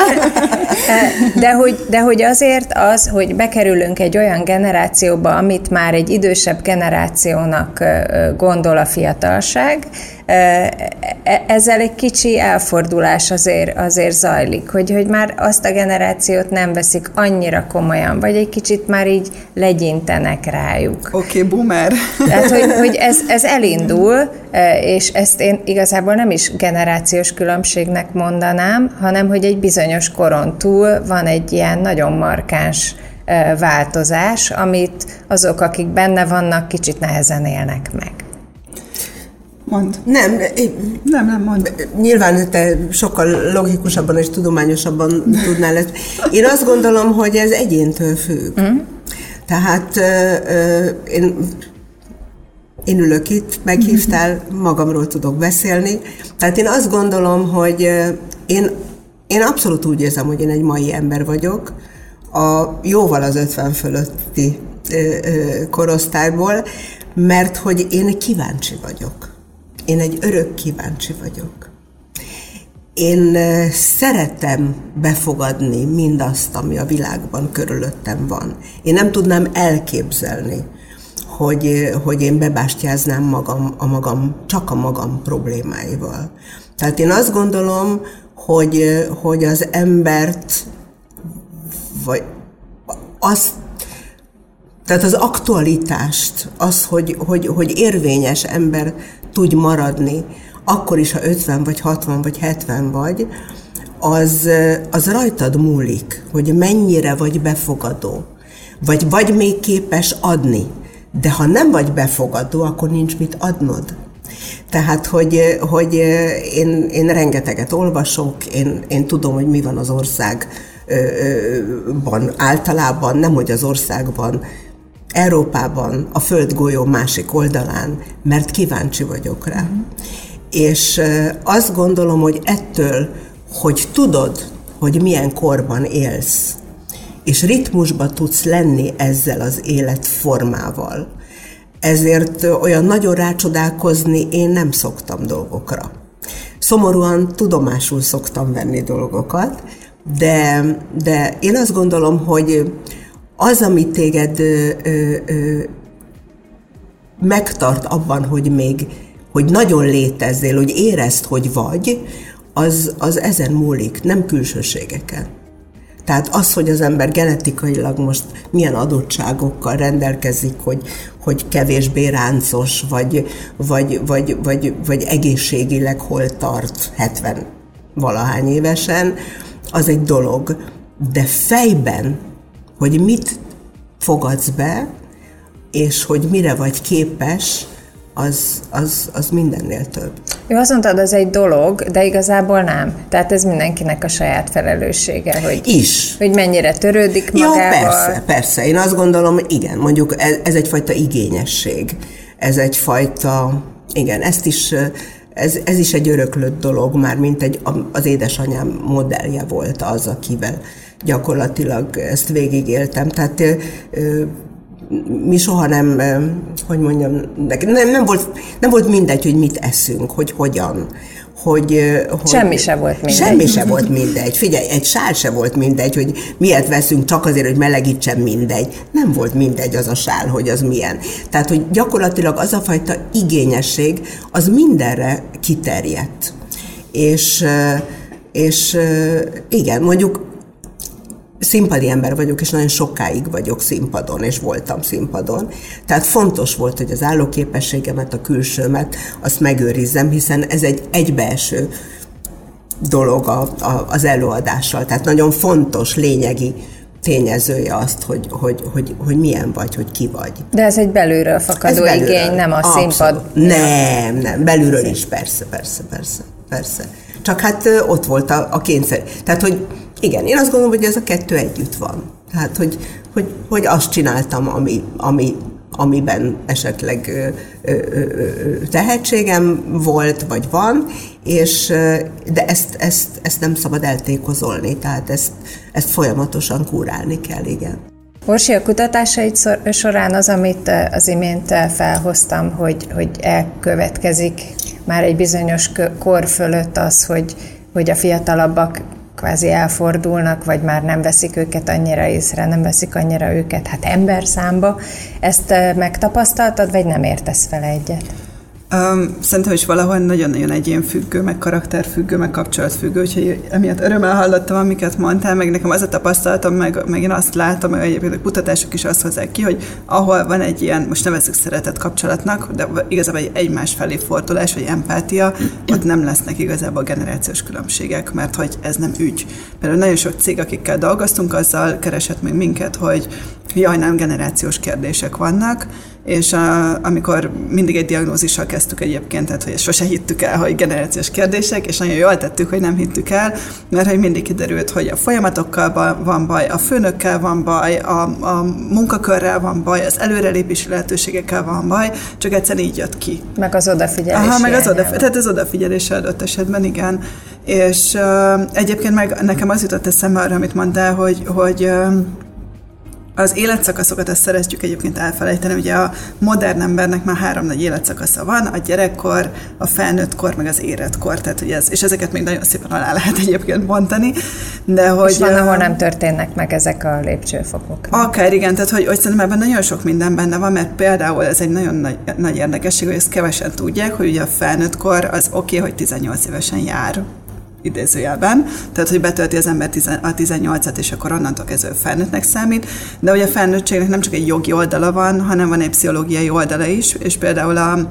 [SPEAKER 2] De hogy azért az, hogy bekerülünk egy olyan generációba, amit már egy idősebb generációnak gondol a fiatalság, ezzel egy kicsi elfordulás azért zajlik, hogy már azt a generációt nem veszik annyira komolyan, vagy egy kicsit már így legyintenek rájuk.
[SPEAKER 4] Oké, boomer.
[SPEAKER 2] Tehát, hogy ez elindul, és ezt én igazából nem is generációs különbségnek mondanám, hanem hogy egy bizonyos koron túl van egy ilyen nagyon markáns változás, amit azok, akik benne vannak, kicsit nehezen élnek meg.
[SPEAKER 4] Mond.
[SPEAKER 3] Nem,
[SPEAKER 4] mond.
[SPEAKER 3] Nyilván te sokkal logikusabban és tudományosabban tudnál ezt. Én azt gondolom, hogy ez egyéntől függ. Tehát én ülök itt, meghívtál, magamról tudok beszélni. Tehát én azt gondolom, hogy én abszolút úgy érzem, hogy én egy mai ember vagyok, jóval az 50 fölötti korosztályból, mert hogy én kíváncsi vagyok. Én egy örök kíváncsi vagyok. Én szeretem befogadni mindazt, ami a világban körülöttem van. Én nem tudnám elképzelni, hogy én bebástyáznám csak a magam problémáival. Tehát én azt gondolom, hogy az embert, vagy tehát az aktualitást, az, hogy érvényes ember tudj maradni, akkor is, ha 50, vagy 60, vagy 70 vagy, az rajtad múlik, hogy mennyire vagy befogadó, vagy még képes adni. De ha nem vagy befogadó, akkor nincs mit adnod. Tehát, hogy én rengeteget olvasok, én tudom, hogy mi van az országban általában, nemhogy az országban, Európában, a földgolyó másik oldalán, mert kíváncsi vagyok rá. És azt gondolom, hogy ettől, hogy tudod, hogy milyen korban élsz, és ritmusba tudsz lenni ezzel az életformával, ezért olyan nagyon rácsodálkozni én nem szoktam dolgokra. Szomorúan tudomásul szoktam venni dolgokat, de én azt gondolom, hogy az, ami téged megtart abban, hogy nagyon létezzél, hogy érezd, hogy vagy, az ezen múlik, nem külsőségeken. Tehát az, hogy az ember genetikailag most milyen adottságokkal rendelkezik, hogy kevésbé ráncos, vagy egészségileg hol tart 70 valahány évesen, az egy dolog. De fejben, hogy mit fogadsz be, és hogy mire vagy képes, az mindennél több.
[SPEAKER 2] Jó, azt mondtad, az egy dolog, de igazából nem. Tehát ez mindenkinek a saját felelőssége, hogy mennyire törődik magával.
[SPEAKER 3] Ja, persze. Én azt gondolom, igen, mondjuk ez egyfajta igényesség. Ez egyfajta, igen, ez is egy öröklött dolog, már mint az édesanyám modellje volt az, akivel gyakorlatilag ezt végigéltem. Tehát mi soha nem, hogy mondjam, nem volt mindegy, hogy mit eszünk, hogy hogyan.
[SPEAKER 2] Semmi se volt mindegy.
[SPEAKER 3] Semmi se volt mindegy. Figyelj, egy sál se volt mindegy, hogy miért veszünk csak azért, hogy melegítsen, mindegy. Nem volt mindegy az a sál, hogy az milyen. Tehát, hogy gyakorlatilag az a fajta igényesség, az mindenre kiterjedt. És igen, mondjuk színpadi ember vagyok, és nagyon sokáig vagyok színpadon, és voltam színpadon. Tehát fontos volt, hogy az állóképességemet, a külsőmet, azt megőrizzem, hiszen ez egy egybeeső dolog az előadással. Tehát nagyon fontos, lényegi tényezője azt, hogy milyen vagy, hogy ki vagy.
[SPEAKER 2] De ez egy belülről fakadó igény, nem a színpad.
[SPEAKER 3] Nem, belülről is, persze. Csak hát ott volt a kényszer. Tehát, hogy igen, én azt gondolom, hogy ez a kettő együtt van. Tehát, hogy azt csináltam, amiben esetleg tehetségem volt, vagy van, de ezt nem szabad eltékozolni, tehát ezt folyamatosan kúrálni kell, igen.
[SPEAKER 2] Orsi, a kutatásaid során az, amit az imént felhoztam, hogy elkövetkezik már egy bizonyos kor fölött az, hogy a fiatalabbak kvázi elfordulnak, vagy már nem veszik őket annyira észre, nem veszik annyira őket emberszámba. Ezt megtapasztaltad, vagy nem értesz vele egyet?
[SPEAKER 4] Szerintem is valahol nagyon-nagyon egyénfüggő, meg karakterfüggő, meg kapcsolatfüggő, úgyhogy emiatt örömmel hallottam, amiket mondtál, meg nekem az a tapasztalatom, meg én azt látom, meg egyébként a kutatások is azt hozzák ki, hogy ahol van egy ilyen, most nevezzük szeretett kapcsolatnak, de igazából egy egymás felé fordulás, vagy empátia, ott nem lesznek igazából generációs különbségek, mert hogy ez nem ügy. Például nagyon sok cég, akikkel dolgoztunk, azzal keresett még minket, hogy jaj, nem, generációs kérdések vannak, és amikor mindig egy diagnózissal kezdtük egyébként, tehát hogy sose hittük el, hogy generációs kérdések, és nagyon jól tettük, hogy nem hittük el, mert hogy mindig kiderült, hogy a folyamatokkal van baj, a főnökkel van baj, a munkakörrel van baj, az előrelépési lehetőségekkel van baj, csak egyszerűen így jött ki.
[SPEAKER 2] Meg az odafigyelés.
[SPEAKER 4] Tehát az odafigyelés adott esetben, igen. És egyébként meg nekem az jutott eszembe arra, amit mondtál, hogy az életszakaszokat azt szeretjük egyébként elfelejteni. Ugye a modern embernek már 3 nagy életszakasza van, a gyerekkor, a felnőttkor, meg az érettkor. Tehát, hogy és ezeket még nagyon szépen alá lehet egyébként bontani. De hogy,
[SPEAKER 2] és van, ahol nem történnek meg ezek a lépcsőfokok.
[SPEAKER 4] Akár igen, tehát hogy szerintem ebben nagyon sok minden benne van, mert például ez egy nagyon nagy érdekesség, hogy ezt kevesen tudják, hogy ugye a felnőttkor az oké, hogy 18 évesen jár. Idézőjelben, tehát hogy betölti az ember a 18-at, és akkor onnantól kezdve felnőttnek számít, de ugye a felnőttségnek nem csak egy jogi oldala van, hanem van egy pszichológiai oldala is, és például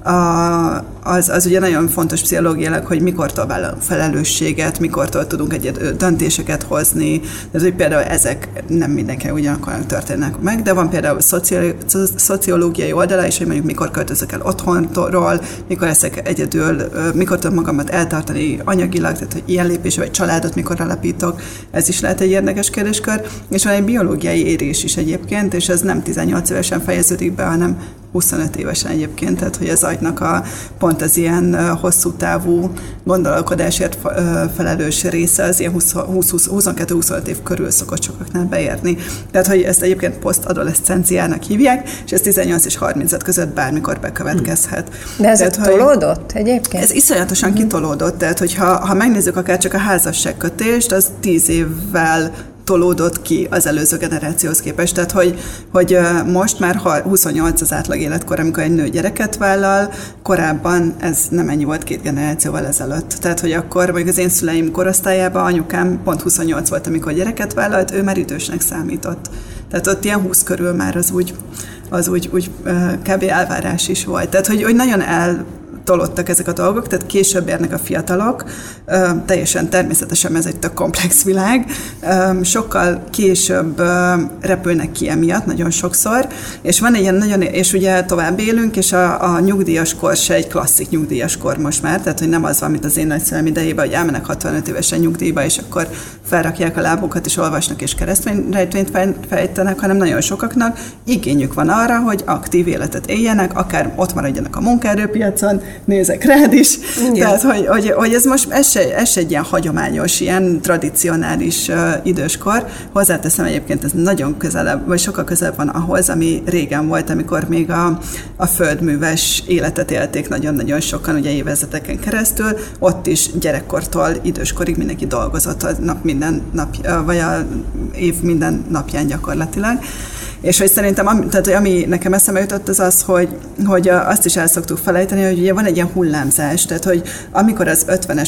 [SPEAKER 4] az ugye nagyon fontos pszichológiailag, hogy mikortól vállal felelősséget, mikortól tudunk döntéseket hozni, tehát hogy például ezek nem mindenki ugyanakkor történnek meg, de van például szociológiai oldala is, hogy mondjuk mikor költözök el otthontól, mikor leszek egyedül, mikor tudom magamat eltartani anyagilag, tehát hogy ilyen lépés, vagy családot mikor alapítok, ez is lehet egy érdekes kérdéskör, és van egy biológiai érés is egyébként, és ez nem 18 évesen fejeződik be, hanem 25 évesen egyébként, tehát hogy az agynak pont az ilyen hosszú távú gondolkodásért felelős része az ilyen 22-25 év körül szokott sokaknál beérni. Tehát, hogy ezt egyébként posztadoleszcenciának hívják, és ez 18 és 35 között bármikor bekövetkezhet.
[SPEAKER 2] De ez tolódott egyébként?
[SPEAKER 4] Ez iszonyatosan kitolódott, tehát hogyha megnézzük akár csak a házasságkötést, az 10 évvel tolódott ki az előző generációhoz képest. Tehát, hogy most már 28 az átlag életkor, amikor egy nő gyereket vállal, korábban ez nem ennyi volt 2 generációval ezelőtt. Tehát, hogy akkor mondjuk az én szüleim korosztályában anyukám pont 28 volt, amikor gyereket vállalt, ő már idősnek számított. Tehát ott ilyen 20 körül már az úgy kb. Elvárás is volt. Tehát, hogy nagyon tolódtak ezek a dolgok, tehát később érnek a fiatalok, teljesen természetesen ez egy tök komplex világ, sokkal később repülnek ki emiatt, nagyon sokszor, és van egy ilyen nagyon, és ugye tovább élünk, és a nyugdíjas kor se egy klasszik nyugdíjas kor most már, tehát hogy nem az van, mint az én nagyszülem idejében, hogy elmennek 65 évesen nyugdíjba, és akkor felrakják a lábukat, és olvasnak, és keresztrejtvényt fejtenek, hanem nagyon sokaknak igényük van arra, hogy aktív életet éljenek, akár ott maradjanak a munkaerőpiacon, nézek rád is. Igen. Tehát, hogy ez most ez se egy ilyen hagyományos, ilyen tradicionális időskor. Hozzáteszem egyébként, ez nagyon közelebb, vagy sokkal közelebb van ahhoz, ami régen volt, amikor még a földműves életet élték nagyon-nagyon sokan, ugye évezredeken keresztül. Ott is gyerekkortól időskorig mindenki dolgozott a nap minden nap, vagy a év minden napján gyakorlatilag. És hogy szerintem, tehát, ami nekem eszembe jutott, az, hogy azt is el szoktuk felejteni, hogy ugye van egy ilyen hullámzás, tehát hogy amikor az 50-es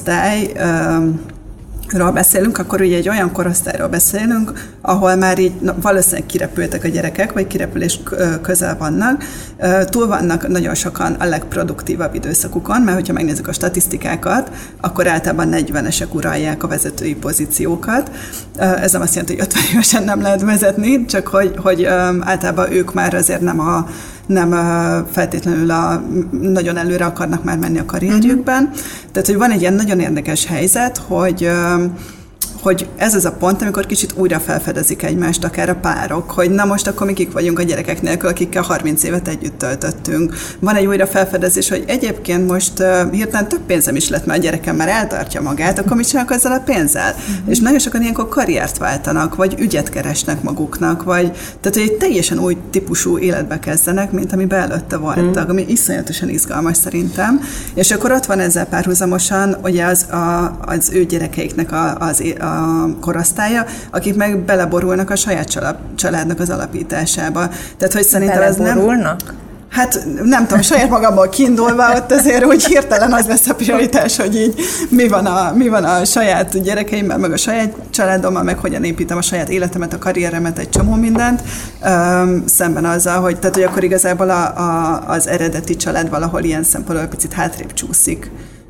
[SPEAKER 4] korosztályról beszélünk, akkor ugye egy olyan korosztályról beszélünk, ahol már így valószínűleg kirepültek a gyerekek, vagy kirepülés közel vannak. Túl vannak nagyon sokan a legproduktívabb időszakukon, mert hogyha megnézzük a statisztikákat, akkor általában 40-esek uralják a vezetői pozíciókat. Ez nem azt jelenti, hogy 50 évesen nem lehet vezetni, csak hogy általában ők már azért nem feltétlenül nagyon előre akarnak már menni a karrierjükben. Tehát, hogy van egy ilyen nagyon érdekes helyzet, hogy ez az a pont, amikor kicsit újra felfedezik egymást, akár a párok, hogy na most akkor mi kik vagyunk a gyerekek nélkül, akikkel 30 évet együtt töltöttünk. Van egy újra felfedezés, hogy egyébként most hirtelen több pénzem is lett, mert a gyerekem már eltartja magát, akkor mit csinálok ezzel a pénzzel? És nagyon sokan ilyenkor karriert váltanak, vagy ügyet keresnek maguknak, vagy tehát, hogy egy teljesen új típusú életbe kezdenek, mint amiben előtte voltak, ami iszonyatosan izgalmas szerintem. És akkor ott van ezzel párhuzamosan, ugye az ő gyerekeiknek a korosztálya, akik meg beleborulnak a saját családnak az alapításába. Tehát, hogy szerintem ez nem... Hát nem tudom, saját magamból kiindulva, ott azért úgy hirtelen az lesz a prioritás, hogy így mi van a saját gyerekeimmel, meg a saját családommal, meg hogyan építem a saját életemet, a karrieremet, egy csomó mindent, szemben azzal, hogy akkor igazából az eredeti család valahol ilyen szempontból picit hátrébb csúszik.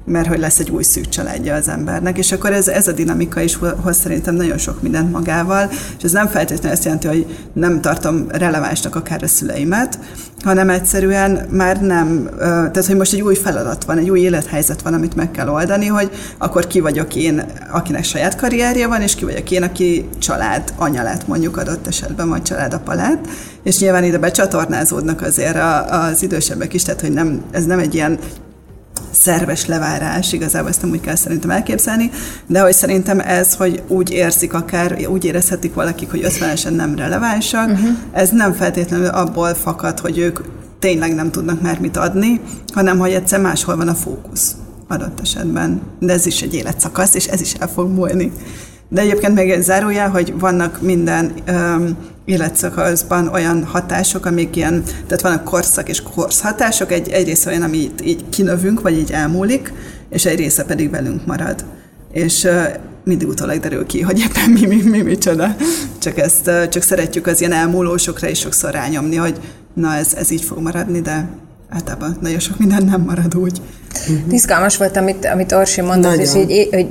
[SPEAKER 4] mert hogy lesz egy új szűk családja az embernek, és akkor ez a dinamika is hoz szerintem nagyon sok mindent magával, és ez nem feltétlenül azt jelenti, hogy nem tartom relevánsnak akár a szüleimet, hanem egyszerűen már nem, tehát hogy most egy új feladat van, egy új élethelyzet van, amit meg kell oldani, hogy akkor ki vagyok én, akinek saját karrierje van, és ki vagyok én, aki család anya lett mondjuk adott esetben, vagy családapa lett, és nyilván ide becsatornázódnak azért az idősebbek is, tehát hogy ez nem egy ilyen szerves levárás, igazából ezt nem úgy kell szerintem elképzelni, de hogy szerintem ez, hogy úgy érzik akár, úgy érezhetik valakik, hogy 50-esen nem relevánsak, ez nem feltétlenül abból fakad, hogy ők tényleg nem tudnak már mit adni, hanem hogy egyszer máshol van a fókusz adott esetben. De ez is egy életszakasz, és ez is el fog múlni. De egyébként még egy zárójel, hogy vannak minden életszakaszban olyan hatások, amik ilyen, tehát vannak korszak és korszhatások, egy része olyan, ami így kinövünk, vagy így elmúlik, és egy része pedig velünk marad. És mindig utólag derül ki, hogy éppen micsoda. Csak szeretjük az ilyen elmúlósokra is sokszor rányomni, hogy na ez így fog maradni, de általában nagyon sok minden nem marad úgy.
[SPEAKER 2] Izgalmas volt, amit Orsi mondott, és így, hogy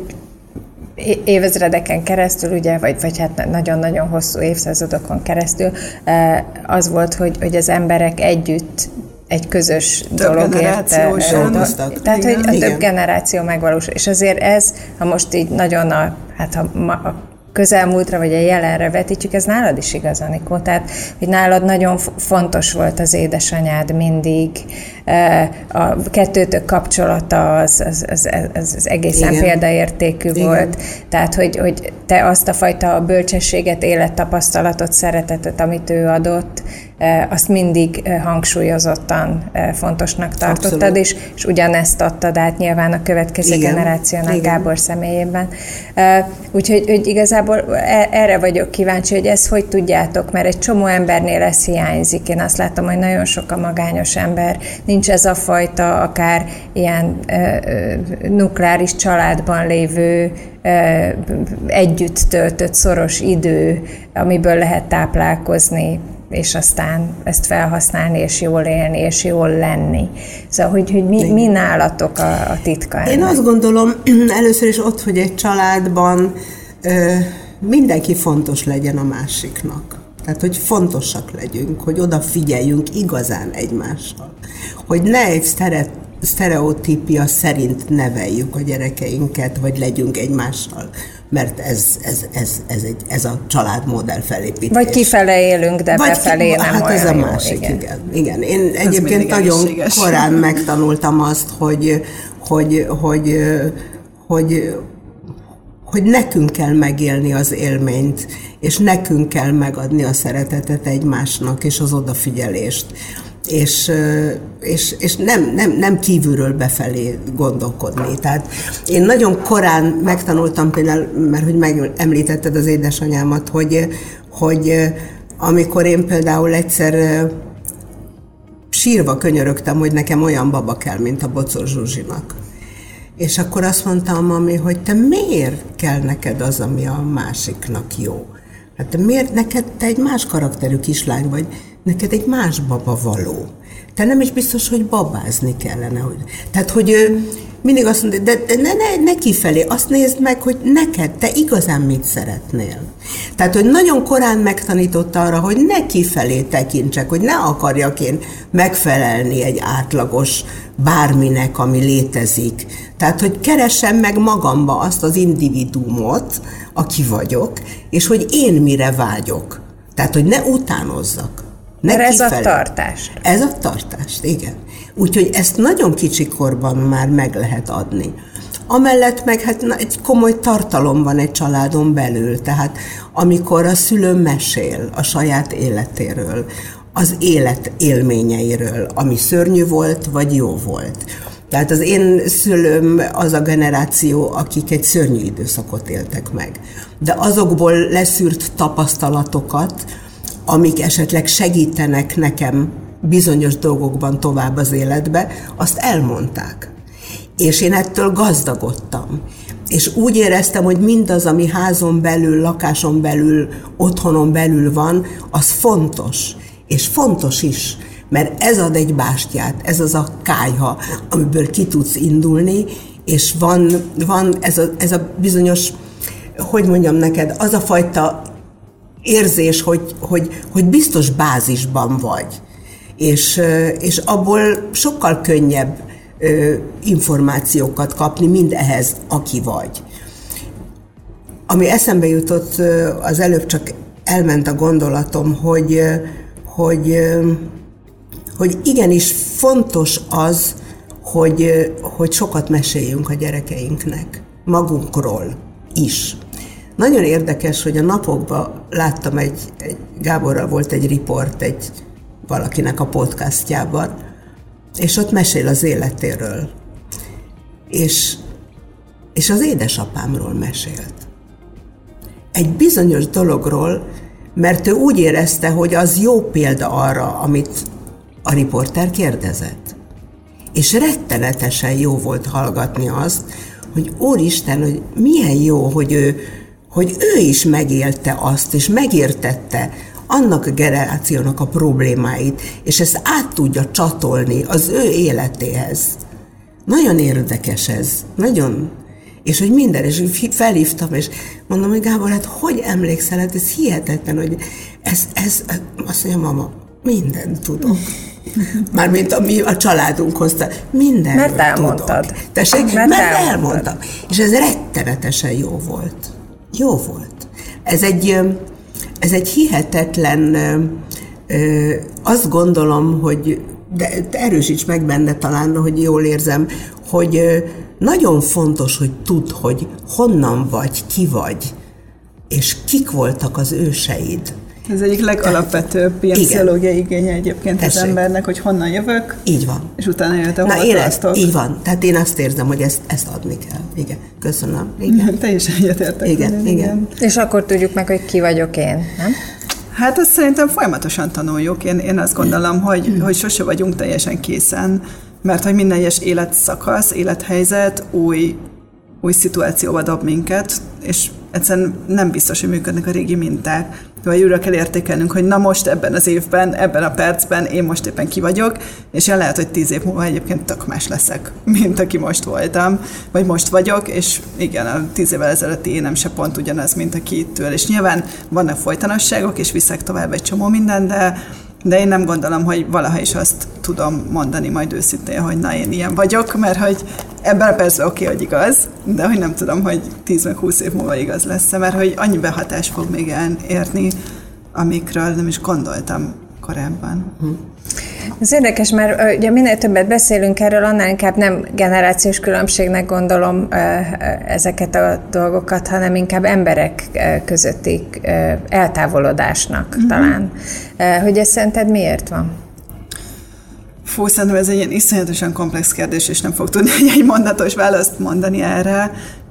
[SPEAKER 2] évezredeken keresztül, ugye, vagy hát nagyon-nagyon hosszú évszázadokon keresztül az volt, hogy az emberek együtt egy közös dologért. Tehát, hogy a több generáció megvalósul. És azért ez, ha most így nagyon a közelmúltra vagy a jelenre vetítjük, ez nálad is igaz, Anikó. Tehát, hogy nálad nagyon fontos volt az édesanyád mindig, a kettőtök kapcsolata az egészen példaértékű volt. Tehát, hogy te azt a fajta bölcsességet, élettapasztalatot, szeretetet, amit ő adott, azt mindig hangsúlyozottan fontosnak tartottad, és ugyanezt adtad át nyilván a következő generációnak Gábor személyében. Úgyhogy hogy igazából erre vagyok kíváncsi, hogy ezt hogy tudjátok, mert egy csomó embernél ez hiányzik. Én azt látom, hogy nagyon sok a magányos ember, nincs ez a fajta akár ilyen nukleáris családban lévő együtt töltött szoros idő, amiből lehet táplálkozni, és aztán ezt felhasználni, és jól élni, és jól lenni. Szóval, hogy mi nálatok a titka ennek?
[SPEAKER 3] Én azt gondolom, először is ott, hogy egy családban mindenki fontos legyen a másiknak. Tehát, hogy fontosak legyünk, hogy odafigyeljünk igazán egymással. Hogy ne egy sztereotípia szerint neveljük a gyerekeinket, vagy legyünk egymással, mert ez a családmodell felépítés.
[SPEAKER 2] Vagy kifele élünk, de befelé nem
[SPEAKER 3] hát
[SPEAKER 2] olyan
[SPEAKER 3] ez a
[SPEAKER 2] jó.
[SPEAKER 3] másik, igen. Én egyébként nagyon korán megtanultam azt, hogy nekünk kell megélni az élményt, és nekünk kell megadni a szeretetet egymásnak, és az odafigyelést. És nem kívülről befelé gondolkodni. Tehát én nagyon korán megtanultam például, mert hogy megemlítetted az édesanyámat, hogy amikor én például egyszer sírva könyörögtem, hogy nekem olyan baba kell, mint a Bocor Zsuzsinak. És akkor azt mondta a mami, hogy te miért kell neked az, ami a másiknak jó? Hát te miért neked, te egy más karakterű kislány vagy, neked egy más baba való. Te nem is biztos, hogy babázni kellene. Tehát, hogy mindig azt mondja, de ne kifelé, azt nézd meg, hogy neked, te igazán mit szeretnél. Tehát, hogy nagyon korán megtanította arra, hogy ne kifelé tekintsek, hogy ne akarjak én megfelelni egy átlagos bárminek, ami létezik. Tehát, hogy keressem meg magamba azt az individuumot, aki vagyok, és hogy én mire vágyok. Tehát, hogy ne utánozzak.
[SPEAKER 2] Ez a tartás.
[SPEAKER 3] Ez a tartás, igen. Úgyhogy ezt nagyon kicsi korban már meg lehet adni. Amellett meg hát egy komoly tartalom van egy családon belül, tehát amikor a szülő mesél a saját életéről, az élet élményeiről, ami szörnyű volt, vagy jó volt. Tehát az én szülőm az a generáció, akik egy szörnyű időszakot éltek meg. De azokból leszűrt tapasztalatokat, amik esetleg segítenek nekem bizonyos dolgokban tovább az életbe, azt elmondták. És én ettől gazdagodtam. És úgy éreztem, hogy mindaz, ami házon belül, lakáson belül, otthonon belül van, az fontos. És fontos is, mert ez ad egy bástyát, ez az a kályha, amiből ki tudsz indulni, és van ez a bizonyos, hogy mondjam neked, az a fajta érzés, hogy biztos bázisban vagy, és abból sokkal könnyebb információkat kapni, mind ehhez, aki vagy. Ami eszembe jutott, az előbb csak elment a gondolatom, hogy igenis fontos az, hogy sokat meséljünk a gyerekeinknek, magunkról is. Nagyon érdekes, hogy a napokban láttam Gáborral volt egy riport valakinek a podcastjában, és ott mesél az életéről. És az édesapámról mesélt. Egy bizonyos dologról, mert ő úgy érezte, hogy az jó példa arra, amit a riporter kérdezett. És rettenetesen jó volt hallgatni azt, hogy Úristen, hogy milyen jó, hogy ő is megélte azt, és megértette annak a generációnak a problémáit, és ezt át tudja csatolni az ő életéhez. Nagyon érdekes ez, nagyon. És hogy minden, és felhívtam, és mondom, hogy Gábor, hát hogy emlékszel, hát ez hihetetlen, hogy ez azt mondja, mama, mindent tudok. Mármint ami a családunk hozta, mindenről
[SPEAKER 2] mert elmondtad.
[SPEAKER 3] Tudok. Tessék, mert elmondtam. És ez rettenetesen jó volt. Jó volt. Ez egy hihetetlen, azt gondolom, hogy, de erősíts meg benne talán, hogy jól érzem, hogy nagyon fontos, hogy tudd, hogy honnan vagy, ki vagy, és kik voltak az őseid.
[SPEAKER 4] Ez egyik legalapvetőbb ilyen pszichológiai igénye egyébként az embernek, hogy honnan jövök.
[SPEAKER 3] Így van.
[SPEAKER 4] És utána jött, ahol tartok.
[SPEAKER 3] Így van. Tehát én azt érzem, hogy ezt adni kell. Igen. Köszönöm. Igen.
[SPEAKER 4] Teljesen egyetértek.
[SPEAKER 3] Igen.
[SPEAKER 2] És akkor tudjuk meg, hogy ki vagyok én, nem?
[SPEAKER 4] Hát azt szerintem folyamatosan tanuljuk. Én azt gondolom, hogy sose vagyunk teljesen készen, mert hogy minden egyes életszakasz, élethelyzet új szituációba dob minket, és egyszerűen nem biztos, hogy működnek a régi minták. Vagy újra kell értékelnünk, hogy na most ebben az évben, ebben a percben én most éppen ki vagyok, és lehet, hogy 10 év múlva egyébként tök más leszek, mint aki most voltam, vagy most vagyok, és igen, a 10 évvel ezelőtti énem se pont ugyanaz, mint aki itt ül. És nyilván vannak folytonosságok, és viszek tovább egy csomó minden, de én nem gondolom, hogy valaha is azt tudom mondani majd őszintén, hogy na, én ilyen vagyok, mert hogy ebben a percben oké, hogy igaz, de hogy nem tudom, hogy 10-20 év múlva igaz lesz, mert hogy annyi behatás fog még elérni, amikről nem is gondoltam korábban.
[SPEAKER 2] Ez érdekes, mert ugye minél többet beszélünk erről, annál inkább nem generációs különbségnek gondolom ezeket a dolgokat, hanem inkább emberek közötti eltávolodásnak talán. Hogy ez szerinted miért van?
[SPEAKER 4] Szerintem ez egy ilyen iszonyatosan komplex kérdés, és nem fog tudni egy mondatos választ mondani erre.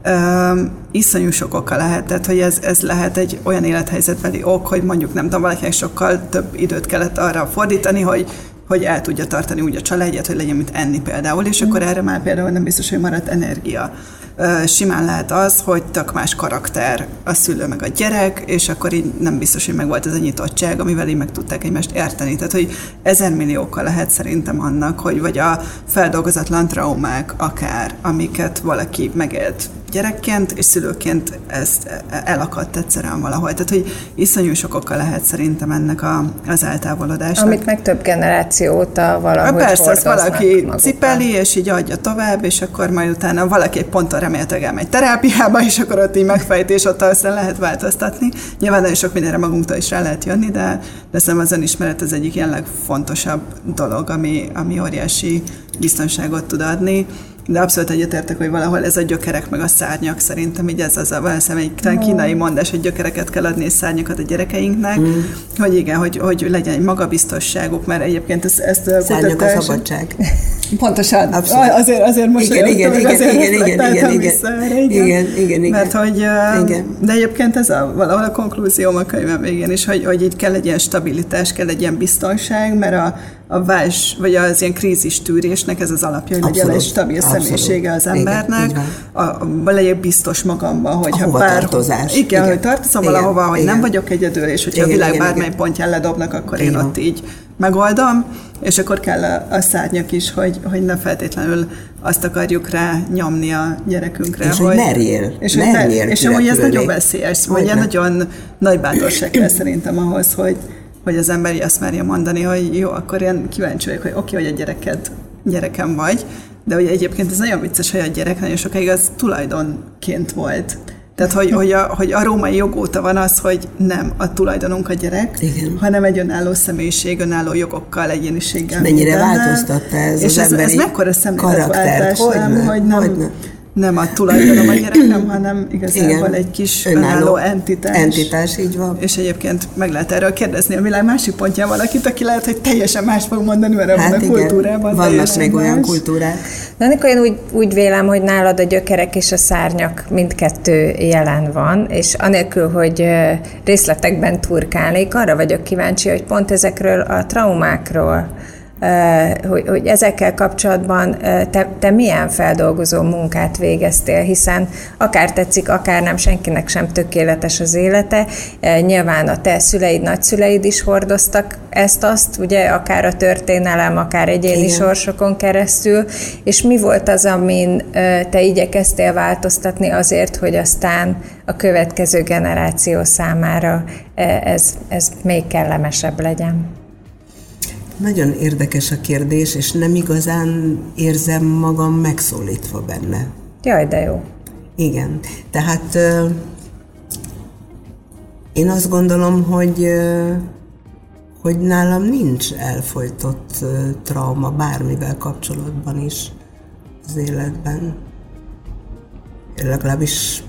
[SPEAKER 4] Iszonyú sok oka lehet, tehát hogy ez lehet egy olyan élethelyzetbeli ok, hogy mondjuk nem tudom, valakinek sokkal több időt kellett arra fordítani, hogy el tudja tartani úgy a családját, hogy legyen mit enni például, és akkor erre már például nem biztos, hogy maradt energia. Simán lehet az, hogy tök más karakter a szülő meg a gyerek, és akkor így nem biztos, hogy megvolt ez a nyitottság, amivel így meg tudták egymást érteni. Tehát, hogy 1000 millió oka lehet szerintem annak, hogy vagy a feldolgozatlan traumák akár, amiket valaki megélt gyerekként, és szülőként ezt elakadt egyszerűen valahol. Tehát, hogy iszonyú sok oka lehet szerintem ennek az eltávolodásnak.
[SPEAKER 2] Amit meg több generáció óta valahogy
[SPEAKER 4] persze, ezt valaki
[SPEAKER 2] magukban
[SPEAKER 4] cipeli, és így adja tovább, és akkor majd utána valaki egy ponton remélhetőleg elmegy terápiába, és akkor ott így megfejti, és ott aztán lehet változtatni. Nyilván nagyon sok mindenre magunktól is rá lehet jönni, de szerintem az önismeret az egyik ilyen legfontosabb dolog, ami óriási biztonságot tud adni. De abszolút egyetértek, hogy valahol ez a gyökerek meg a szárnyak, szerintem így ez az egy kínai mondás, hogy gyökereket kell adni és szárnyakat a gyerekeinknek, hogy igen, hogy legyen egy magabiztosságuk, mert egyébként ezt
[SPEAKER 3] szárnyak a szabadság.
[SPEAKER 4] Pontosan.
[SPEAKER 3] Abszolút.
[SPEAKER 4] Azért most
[SPEAKER 3] igen.
[SPEAKER 4] Mert hogy, de egyébként ez valahol a konklúzióm a könyvem végén is, hogy így kell egy ilyen stabilitás, kell egy ilyen biztonság, mert a válság, vagy az ilyen krízis tűrésnek ez az alapja, hogy legyen egy stabil személyisége az embernek, legyek biztos magamban, hogyha
[SPEAKER 3] tartozás.
[SPEAKER 4] Igen, hogy tartozom valahova, hogy nem vagyok egyedül, és hogyha a világ bármely pontján ledobnak, akkor én ott így megoldom, és akkor kell a szárnyak is, hogy ne feltétlenül azt akarjuk rá nyomni a gyerekünkre.
[SPEAKER 3] És hogy merjél.
[SPEAKER 4] És amúgy ez nagyon veszélyes, vagy ilyen nagyon nagy bátorság kell szerintem ahhoz, hogy az ember azt merje mondani, hogy jó, akkor én kíváncsi vagyok, hogy oké, hogy a gyerekem vagy, de ugye egyébként ez nagyon vicces, hogy a gyerek nagyon sokáig az tulajdonként volt. Tehát, hogy a római jog óta van az, hogy nem a tulajdonunk a gyerek, igen, hanem egy önálló személyiség, önálló jogokkal, egyéniséggel.
[SPEAKER 3] Mennyire változtatta ez az emberi
[SPEAKER 4] ez mekkora szemléletváltás, hogy nem a tulajdonom a gyerekem, hanem igazából egy kis önálló
[SPEAKER 3] entitás, így van.
[SPEAKER 4] És egyébként meg lehet erről kérdezni a világ másik pontján valakit, aki lehet, hogy teljesen más fog mondani, mert abban a kultúrában.
[SPEAKER 3] Vannak még olyan kultúrák.
[SPEAKER 2] Na, Anikó, én úgy vélem, hogy nálad a gyökerek és a szárnyak mindkettő jelen van, és anélkül, hogy részletekben turkálnék, arra vagyok kíváncsi, hogy pont ezekről a traumákról, hogy ezekkel kapcsolatban te milyen feldolgozó munkát végeztél, hiszen akár tetszik, akár nem, senkinek sem tökéletes az élete. Nyilván a te szüleid, nagyszüleid is hordoztak ezt-azt, ugye, akár a történelem, akár egyéni sorsokon keresztül, és mi volt az, amin te igyekeztél változtatni azért, hogy aztán a következő generáció számára ez még kellemesebb legyen?
[SPEAKER 3] Nagyon érdekes a kérdés, és nem igazán érzem magam megszólítva benne.
[SPEAKER 2] Jaj, de jó.
[SPEAKER 3] Igen. Tehát én azt gondolom, hogy nálam nincs elfojtott trauma bármivel kapcsolatban is az életben. Én legalábbis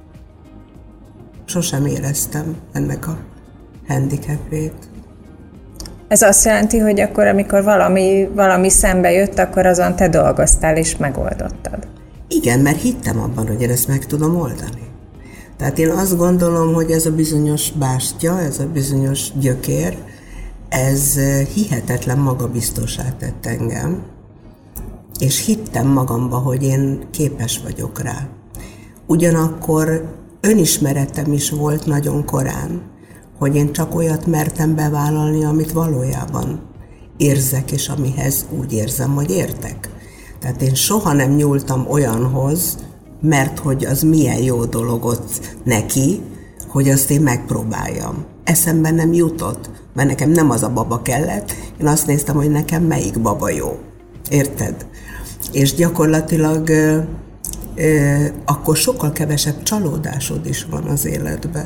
[SPEAKER 3] sosem éreztem ennek a handicapjét.
[SPEAKER 2] Ez azt jelenti, hogy akkor, amikor valami szembe jött, akkor azon te dolgoztál és megoldottad.
[SPEAKER 3] Igen, mert hittem abban, hogy én ezt meg tudom oldani. Tehát én azt gondolom, hogy ez a bizonyos bástya, ez a bizonyos gyökér, ez hihetetlen magabiztossá tett engem, és hittem magamba, hogy én képes vagyok rá. Ugyanakkor önismeretem is volt nagyon korán, hogy én csak olyat mertem bevállalni, amit valójában érzek, és amihez úgy érzem, hogy értek. Tehát én soha nem nyúltam olyanhoz, mert hogy az milyen jó dolgot neki, hogy azt én megpróbáljam. Eszembe nem jutott, mert nekem nem az a baba kellett, én azt néztem, hogy nekem melyik baba jó. Érted? És gyakorlatilag akkor sokkal kevesebb csalódásod is van az életben.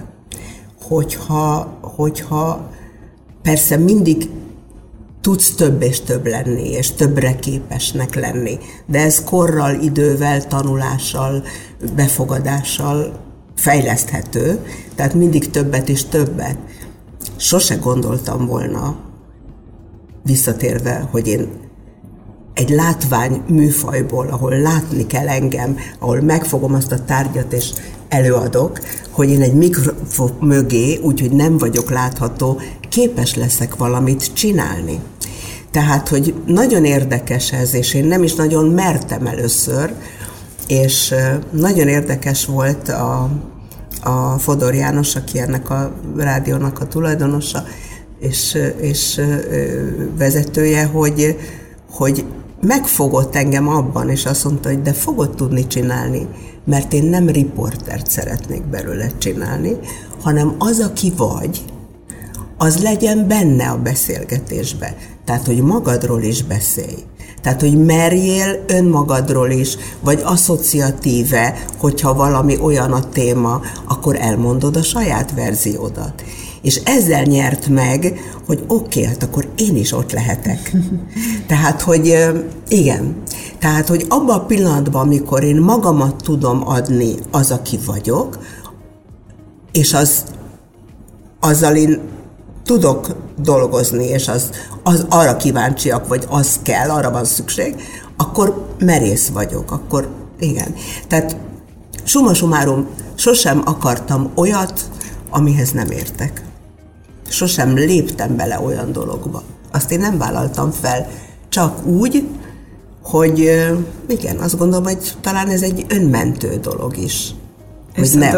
[SPEAKER 3] Hogyha persze mindig tudsz több és több lenni, és többre képesnek lenni, de ez korral, idővel, tanulással, befogadással fejleszthető, tehát mindig többet és többet. Sose gondoltam volna, visszatérve, hogy én egy látvány műfajból, ahol látni kell engem, ahol megfogom azt a tárgyat és előadok, hogy én egy mikrofon mögé, úgyhogy nem vagyok látható, képes leszek valamit csinálni. Tehát, hogy nagyon érdekes ez, és én nem is nagyon mertem először, és nagyon érdekes volt a Fodor János, aki ennek a rádiónak a tulajdonosa, és vezetője, hogy megfogott engem abban, és azt mondta, hogy de fogod tudni csinálni, mert én nem riportert szeretnék belőle csinálni, hanem az, aki vagy, az legyen benne a beszélgetésbe. Tehát, hogy magadról is beszélj. Tehát, hogy merjél önmagadról is, vagy asszociatíve, hogyha valami olyan a téma, akkor elmondod a saját verziódat. És ezzel nyert meg, hogy oké, hát akkor én is ott lehetek. Tehát, hogy igen. Tehát, hogy abban a pillanatban, amikor én magamat tudom adni az, aki vagyok, és azzal én tudok dolgozni, és az arra kíváncsiak, vagy az kell, arra van szükség, akkor merész vagyok, akkor igen. Tehát summa summarum, sosem akartam olyat, amihez nem értek. Sosem léptem bele olyan dologba. Azt én nem vállaltam fel, csak úgy, hogy igen, azt gondolom, hogy talán ez egy önmentő dolog is. hogy ne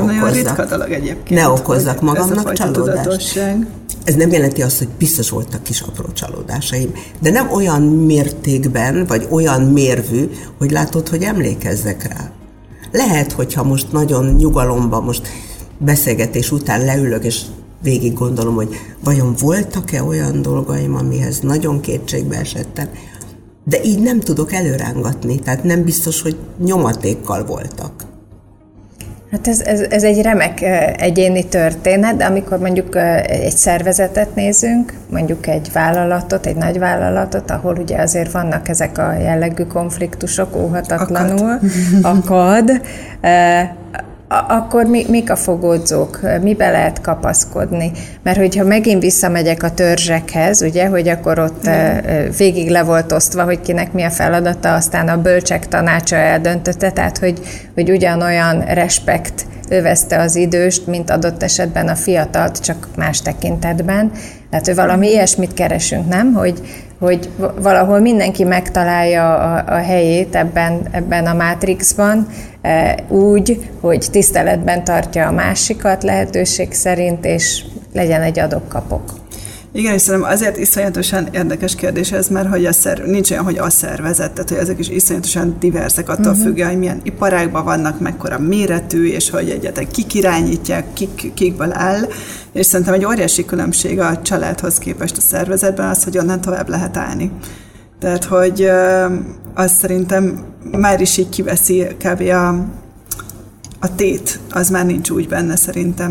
[SPEAKER 3] okozzak magamnak csalódást. Ez nem jelenti azt, hogy biztos voltak kis apró csalódásaim, de nem olyan mértékben, vagy olyan mérvű, hogy látod, hogy emlékezzek rá. Lehet, hogyha most nagyon nyugalomban, most beszélgetés után leülök, és végig gondolom, hogy vajon voltak-e olyan dolgaim, amihez nagyon kétségbe esettem, de így nem tudok előrángatni, tehát nem biztos, hogy nyomatékkal voltak.
[SPEAKER 2] Hát ez egy remek egyéni történet, de amikor mondjuk egy szervezetet nézünk, mondjuk egy vállalatot, egy nagy vállalatot, ahol ugye azért vannak ezek a jellegű konfliktusok óhatatlanul, akad, akkor mik a fogódzók, mibe lehet kapaszkodni? Mert hogyha megint visszamegyek a törzsekhez, ugye, hogy akkor ott végig le volt osztva, hogy kinek mi a feladata, aztán a bölcsek tanácsa eldöntötte, tehát hogy ugyanolyan respekt övezte az időst, mint adott esetben a fiatalt, csak más tekintetben. Tehát, hogy valami ilyesmit keresünk, nem? Hogy valahol mindenki megtalálja a helyét ebben a mátrixban, úgy, hogy tiszteletben tartja a másikat lehetőség szerint, és legyen egy adok-kapok.
[SPEAKER 4] Igen, és szerintem azért iszonyatosan érdekes kérdés ez, mert hogy nincs olyan, hogy a szervezet, tehát hogy ezek is iszonyatosan diverzek, attól függően, hogy milyen iparágban vannak, mekkora méretű, és hogy egyáltalán kik irányítják, kikből áll, és szerintem egy óriási különbség a családhoz képest a szervezetben az, hogy onnan tovább lehet állni. Tehát, hogy az szerintem már is így kiveszi kb. A tét, az már nincs úgy benne szerintem,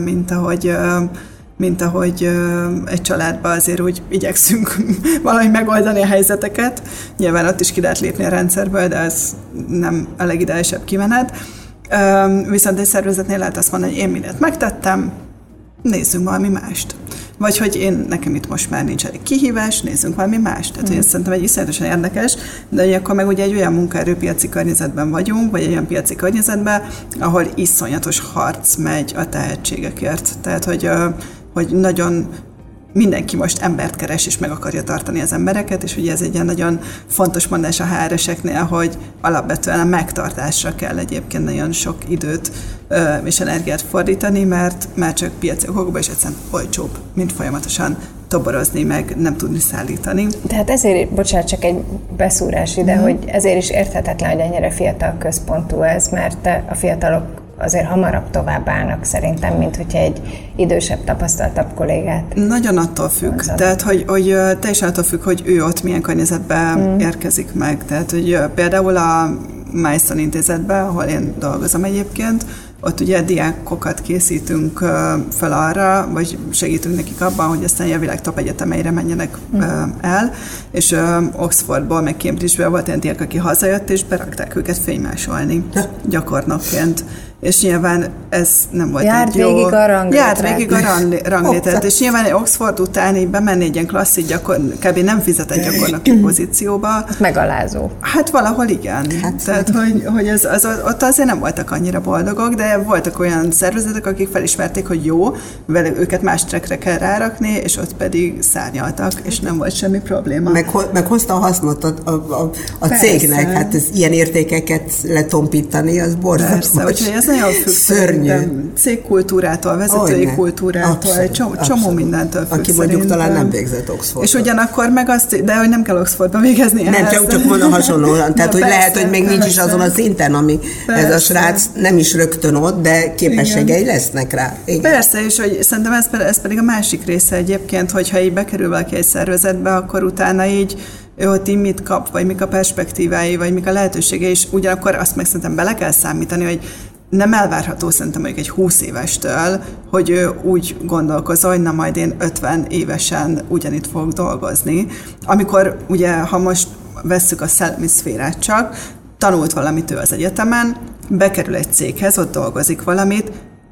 [SPEAKER 4] mint ahogy egy családban azért úgy igyekszünk valahogy megoldani a helyzeteket. Nyilván ott is ki lehet lépni a rendszerből, de ez nem a legideálisabb kimenet. Viszont egy szervezetnél lehet azt mondani, hogy én mindent megtettem, nézzünk valami mást. Vagy hogy nekem itt most már nincs elég kihívás, nézzünk valami mást. Tehát hogy ez szerintem egy iszonyatosan érdekes, de hogy akkor meg ugye egy olyan munkaerőpiaci környezetben vagyunk, vagy egy olyan piaci környezetben, ahol iszonyatos harc megy a tehetségekért. Tehát, hogy nagyon mindenki most embert keres, és meg akarja tartani az embereket, és ugye ez egy ilyen nagyon fontos mondás a HR-eseknél, hogy alapvetően a megtartásra kell egyébként nagyon sok időt és energiát fordítani, mert már csak piaci okokban is egyszerűen olcsóbb, mint folyamatosan toborozni, meg nem tudni szállítani.
[SPEAKER 2] Tehát ezért, bocsánat, csak egy beszúrás ide, hogy ezért is érthetetlen, hogy ennyire fiatal központú ez, mert a fiatalok azért hamarabb tovább állnak szerintem, mint hogyha egy idősebb, tapasztaltabb kollégát.
[SPEAKER 4] Nagyon attól függ. Tehát, hogy teljesen attól függ, hogy ő ott milyen környezetben érkezik meg. Tehát, hogy például a Mason intézetben, ahol én dolgozom egyébként, ott ugye diákokat készítünk fel arra, vagy segítünk nekik abban, hogy aztán a világ top egyetemeire menjenek el, és Oxfordból, meg Cambridge-ből volt egy diák, aki hazajött, és berakták őket fénymásolni gyakornokként. És nyilván ez nem volt
[SPEAKER 2] Járt
[SPEAKER 4] egy jó...
[SPEAKER 2] Járt végig a
[SPEAKER 4] ranglétret. És nyilván egy Oxford után így bemenni egy ilyen klasszik kb. Nem fizetett gyakornoki pozícióba.
[SPEAKER 2] Megalázó.
[SPEAKER 4] Hát valahol igen. Tehát, hogy ott azért nem voltak annyira boldogok, de voltak olyan szervezetek, akik felismerték, hogy jó, vele őket más trackre kell rárakni, és ott pedig szárnyaltak, és nem volt semmi probléma.
[SPEAKER 3] Meg hozta a hasznot a cégnek, hát ez ilyen értékeket letompítani, az borzalmas.
[SPEAKER 4] Persze, úgyhogy ez nagyon függ cégkultúrától, vezetői kultúrától, egy csomó mindentől függ.
[SPEAKER 3] Aki mondjuk talán nem végzett Oxfordban.
[SPEAKER 4] És ugyanakkor meg azt, de hogy nem kell Oxfordba végezni.
[SPEAKER 3] Nem, csak mondom hasonlóan. Tehát, hogy persze, lehet, hogy még nincs is azon a szinten, ami persze. Ez a srác nem is rögtön ott, de képességei lesznek rá. Igen.
[SPEAKER 4] Persze, és hogy szerintem ez pedig a másik része egyébként, hogyha így bekerül valaki egy szervezetbe, akkor utána így ő ott így mit kap, vagy mik a perspektívái, vagy mik a lehetőségei, és ugyanakkor azt meg szerintem bele kell számítani, hogy nem elvárható szerintem mondjuk egy 20 évestől, hogy ő úgy gondolkozol, hogy na majd én 50 évesen ugyanitt fogok dolgozni. Amikor ugye, ha most vesszük a szellemi szférát csak, tanult valamit ő az egyetemen, bekerül egy céghez, ott dolgozik valamit,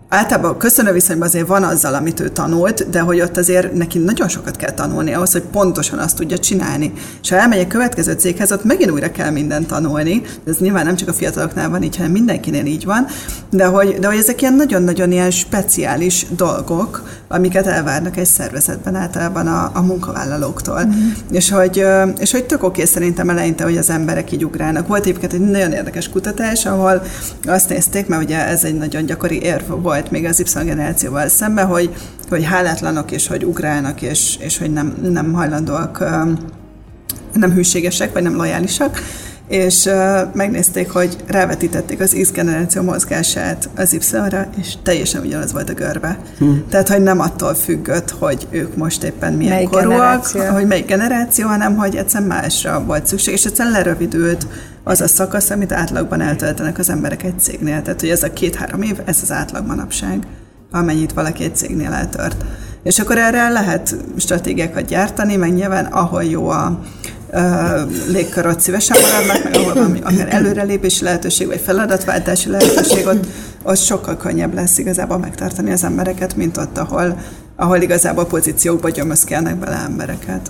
[SPEAKER 4] általában köszönő viszonyban azért van azzal, amit ő tanult, de hogy ott azért neki nagyon sokat kell tanulni ahhoz, hogy pontosan azt tudja csinálni. És ha elmegy a következő céghez, ott megint újra kell mindent tanulni. Ez nyilván nem csak a fiataloknál van így, hanem mindenkinél így van. De hogy ezek ilyen nagyon-nagyon ilyen speciális dolgok, amiket elvárnak egy szervezetben általában a munkavállalóktól. És hogy tök oké szerintem eleinte, hogy az emberek így ugrálnak. Volt egyébként egy nagyon érdekes kutatás, ahol azt nézték, mert ugye ez egy nagyon gyakori érv volt még az Y-generációval szemben, hogy hálátlanok, és hogy ugrálnak, és hogy nem hajlandóak, nem hűségesek, vagy nem lojálisak, és megnézték, hogy rávetítették az X-generáció mozgását az Y-ra, és teljesen ugyanaz volt a görbe. Tehát, hogy nem attól függött, hogy ők most éppen milyen korúak, hogy melyik generáció, hanem hogy egyszerűen másra volt szükség, és egyszerűen lerövidült az a szakasz, amit átlagban eltöltenek az emberek egy cégnél. Tehát, hogy ez a 2-3 év, ez az átlag manapság, amennyit valaki egy cégnél eltört. És akkor erre lehet stratégiákat gyártani, meg nyilván ahol jó a légkör, ott szívesen maradnak, meg ahol van akár előrelépési lehetőség, vagy feladatváltási lehetőség, ott sokkal könnyebb lesz igazából megtartani az embereket, mint ott, ahol igazából pozíciókba gyömöszkelnek bele embereket.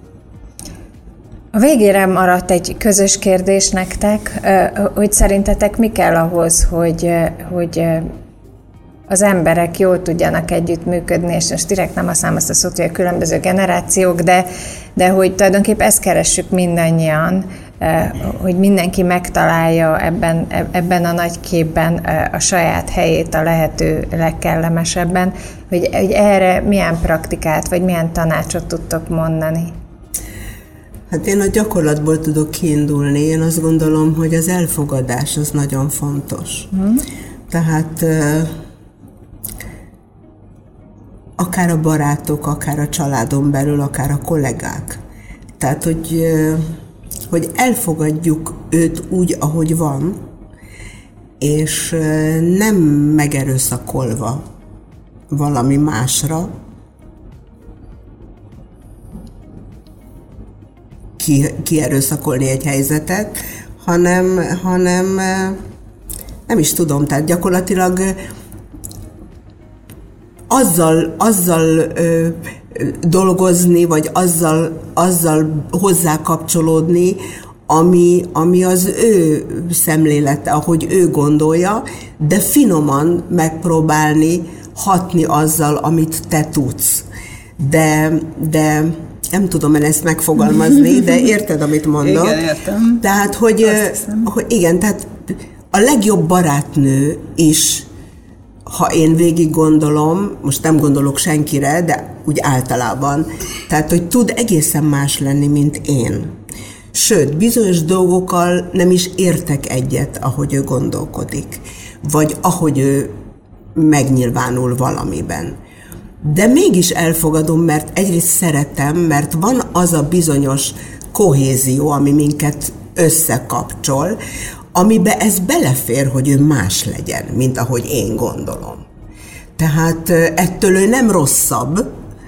[SPEAKER 2] A végére maradt egy közös kérdés nektek, hogy szerintetek mi kell ahhoz, hogy az emberek jól tudjanak együttműködni, és most direkt nem használom azt a szót, hogy a különböző generációk, de hogy tulajdonképpen ezt keressük mindannyian, hogy mindenki megtalálja ebben a nagy képben a saját helyét a lehető legkellemesebben, hogy erre milyen praktikát, vagy milyen tanácsot tudtok mondani?
[SPEAKER 3] Hát én a gyakorlatból tudok kiindulni. Én azt gondolom, hogy az elfogadás az nagyon fontos. Tehát akár a barátok, akár a családon belül, akár a kollégák. Tehát, hogy elfogadjuk őt úgy, ahogy van, és nem megerőszakolva valami másra, kierőszakolni egy helyzetet, hanem nem is tudom, tehát gyakorlatilag azzal dolgozni, vagy azzal hozzákapcsolódni, ami az ő szemlélete, ahogy ő gondolja, de finoman megpróbálni hatni azzhogy amit te tudsz. De nem tudom ezt megfogalmazni, de érted, amit mondok?
[SPEAKER 4] Igen, értem.
[SPEAKER 3] Tehát, hogy igen, tehát a legjobb barátnő is, ha én végig gondolom, most nem gondolok senkire, de úgy általában, tehát, hogy tud egészen más lenni, mint én. Sőt, bizonyos dolgokkal nem is értek egyet, ahogy ő gondolkodik, vagy ahogy ő megnyilvánul valamiben. De mégis elfogadom, mert egyrészt szeretem, mert van az a bizonyos kohézió, ami minket összekapcsol, amiben ez belefér, hogy ő más legyen, mint ahogy én gondolom. Tehát ettől ő nem rosszabb,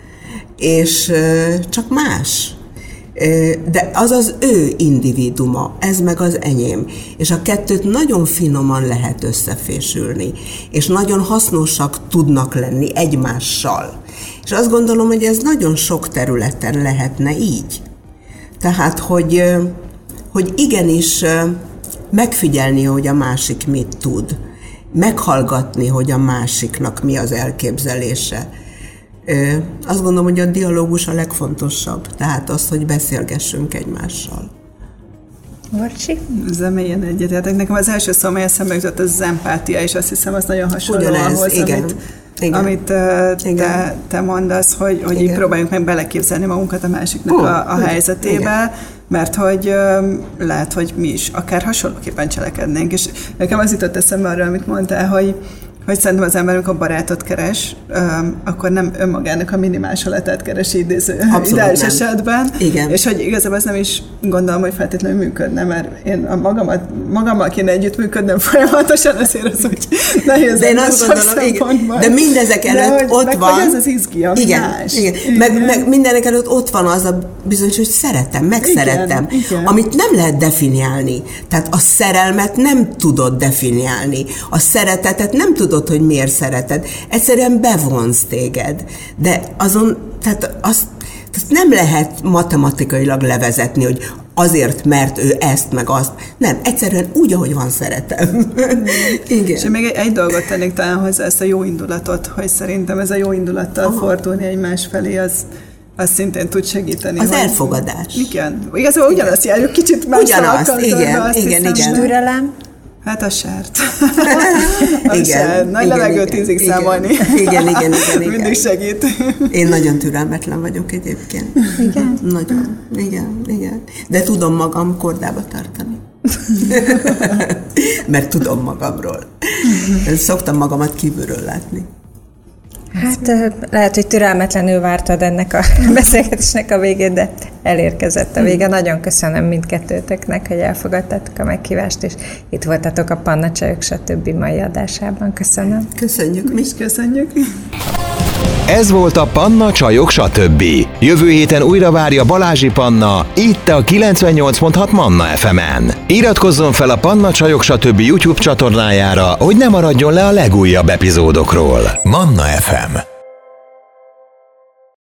[SPEAKER 3] és csak más. De az az ő individuma, ez meg az enyém. És a kettőt nagyon finoman lehet összefésülni, és nagyon hasznosak tudnak lenni egymással. És azt gondolom, hogy ez nagyon sok területen lehetne így. Tehát, hogy igenis megfigyelni, hogy a másik mit tud, meghallgatni, hogy a másiknak mi az elképzelése. Azt gondolom, hogy a dialógus a legfontosabb, tehát az, hogy beszélgessünk egymással.
[SPEAKER 2] Borcsi?
[SPEAKER 4] Ezzel mélyen egyetértek. Nekem az első szó, amely eszembe jutott, az empátia, és azt hiszem, az nagyon hasonló ahhoz, amit te mondasz, hogy így próbáljunk meg beleképzelni magunkat a másiknak a helyzetébe, igen. Mert hogy lehet, hogy mi is akár hasonlóképpen cselekednénk. És nekem az jutott eszembe arra, amit mondtál, hogy szerintem az ember, amikor barátot keres, akkor nem önmagának a minimásolatát keresi ideális esetben. Igen. És hogy igazából ez nem is gondolom, hogy feltétlenül működne, mert én magammal kéne együttműködnöm folyamatosan, azért az, hogy nehéz.
[SPEAKER 3] De én azt gondolom, igen. De mindezek előtt ott van.
[SPEAKER 4] Ez az izgi, ami
[SPEAKER 3] igen,
[SPEAKER 4] más.
[SPEAKER 3] Igen. Meg mindenek előtt ott van az a bizonyos, hogy szeretem, megszerettem, igen. Amit nem lehet definiálni. Tehát a szerelmet nem tudod definiálni. A szeretetet nem tudod tudod, hogy miért szereted. Egyszerűen bevonz téged. De azon, tehát azt nem lehet matematikailag levezetni, hogy azért, mert ő ezt, meg azt. Nem, egyszerűen úgy, ahogy van, szeretem. Igen.
[SPEAKER 4] És még egy dolgot tennék talán hozzá, ezt a jó indulatot, hogy szerintem ez a jó indulattal fordulni egymás felé, az szintén tud segíteni.
[SPEAKER 3] Az elfogadás.
[SPEAKER 4] Igen. Igazából ugyanazt járjuk, kicsit más
[SPEAKER 3] ugyanazt, igen.
[SPEAKER 2] Türelem.
[SPEAKER 4] Hát a sárt.
[SPEAKER 3] Igen.
[SPEAKER 4] Nagy levegőt 10-ig számolni.
[SPEAKER 3] Igen.
[SPEAKER 4] Mindig segít.
[SPEAKER 3] Én nagyon türelmetlen vagyok egyébként.
[SPEAKER 2] Igen?
[SPEAKER 3] Nagyon. Igen. De tudom magam kordába tartani. Mert tudom magamról. Szoktam magamat kívülről látni.
[SPEAKER 2] Hát lehet, hogy türelmetlenül vártad ennek a beszélgetésnek a végét, de elérkezett a vége. Nagyon köszönöm mindkettőtöknek, hogy elfogadtátok a meghívást, és itt voltatok a Panna Csajok stb. Mai adásában. Köszönöm.
[SPEAKER 3] Köszönjük.
[SPEAKER 4] Mi is köszönjük.
[SPEAKER 1] Ez volt a Panna Csajok stb. Jövő héten újra várja Balázsi Panna, itt a 98.6 Manna FM-en. Iratkozzon fel a Panna Csajok stb. YouTube csatornájára, hogy ne maradjon le a legújabb epizódokról. Manna FM.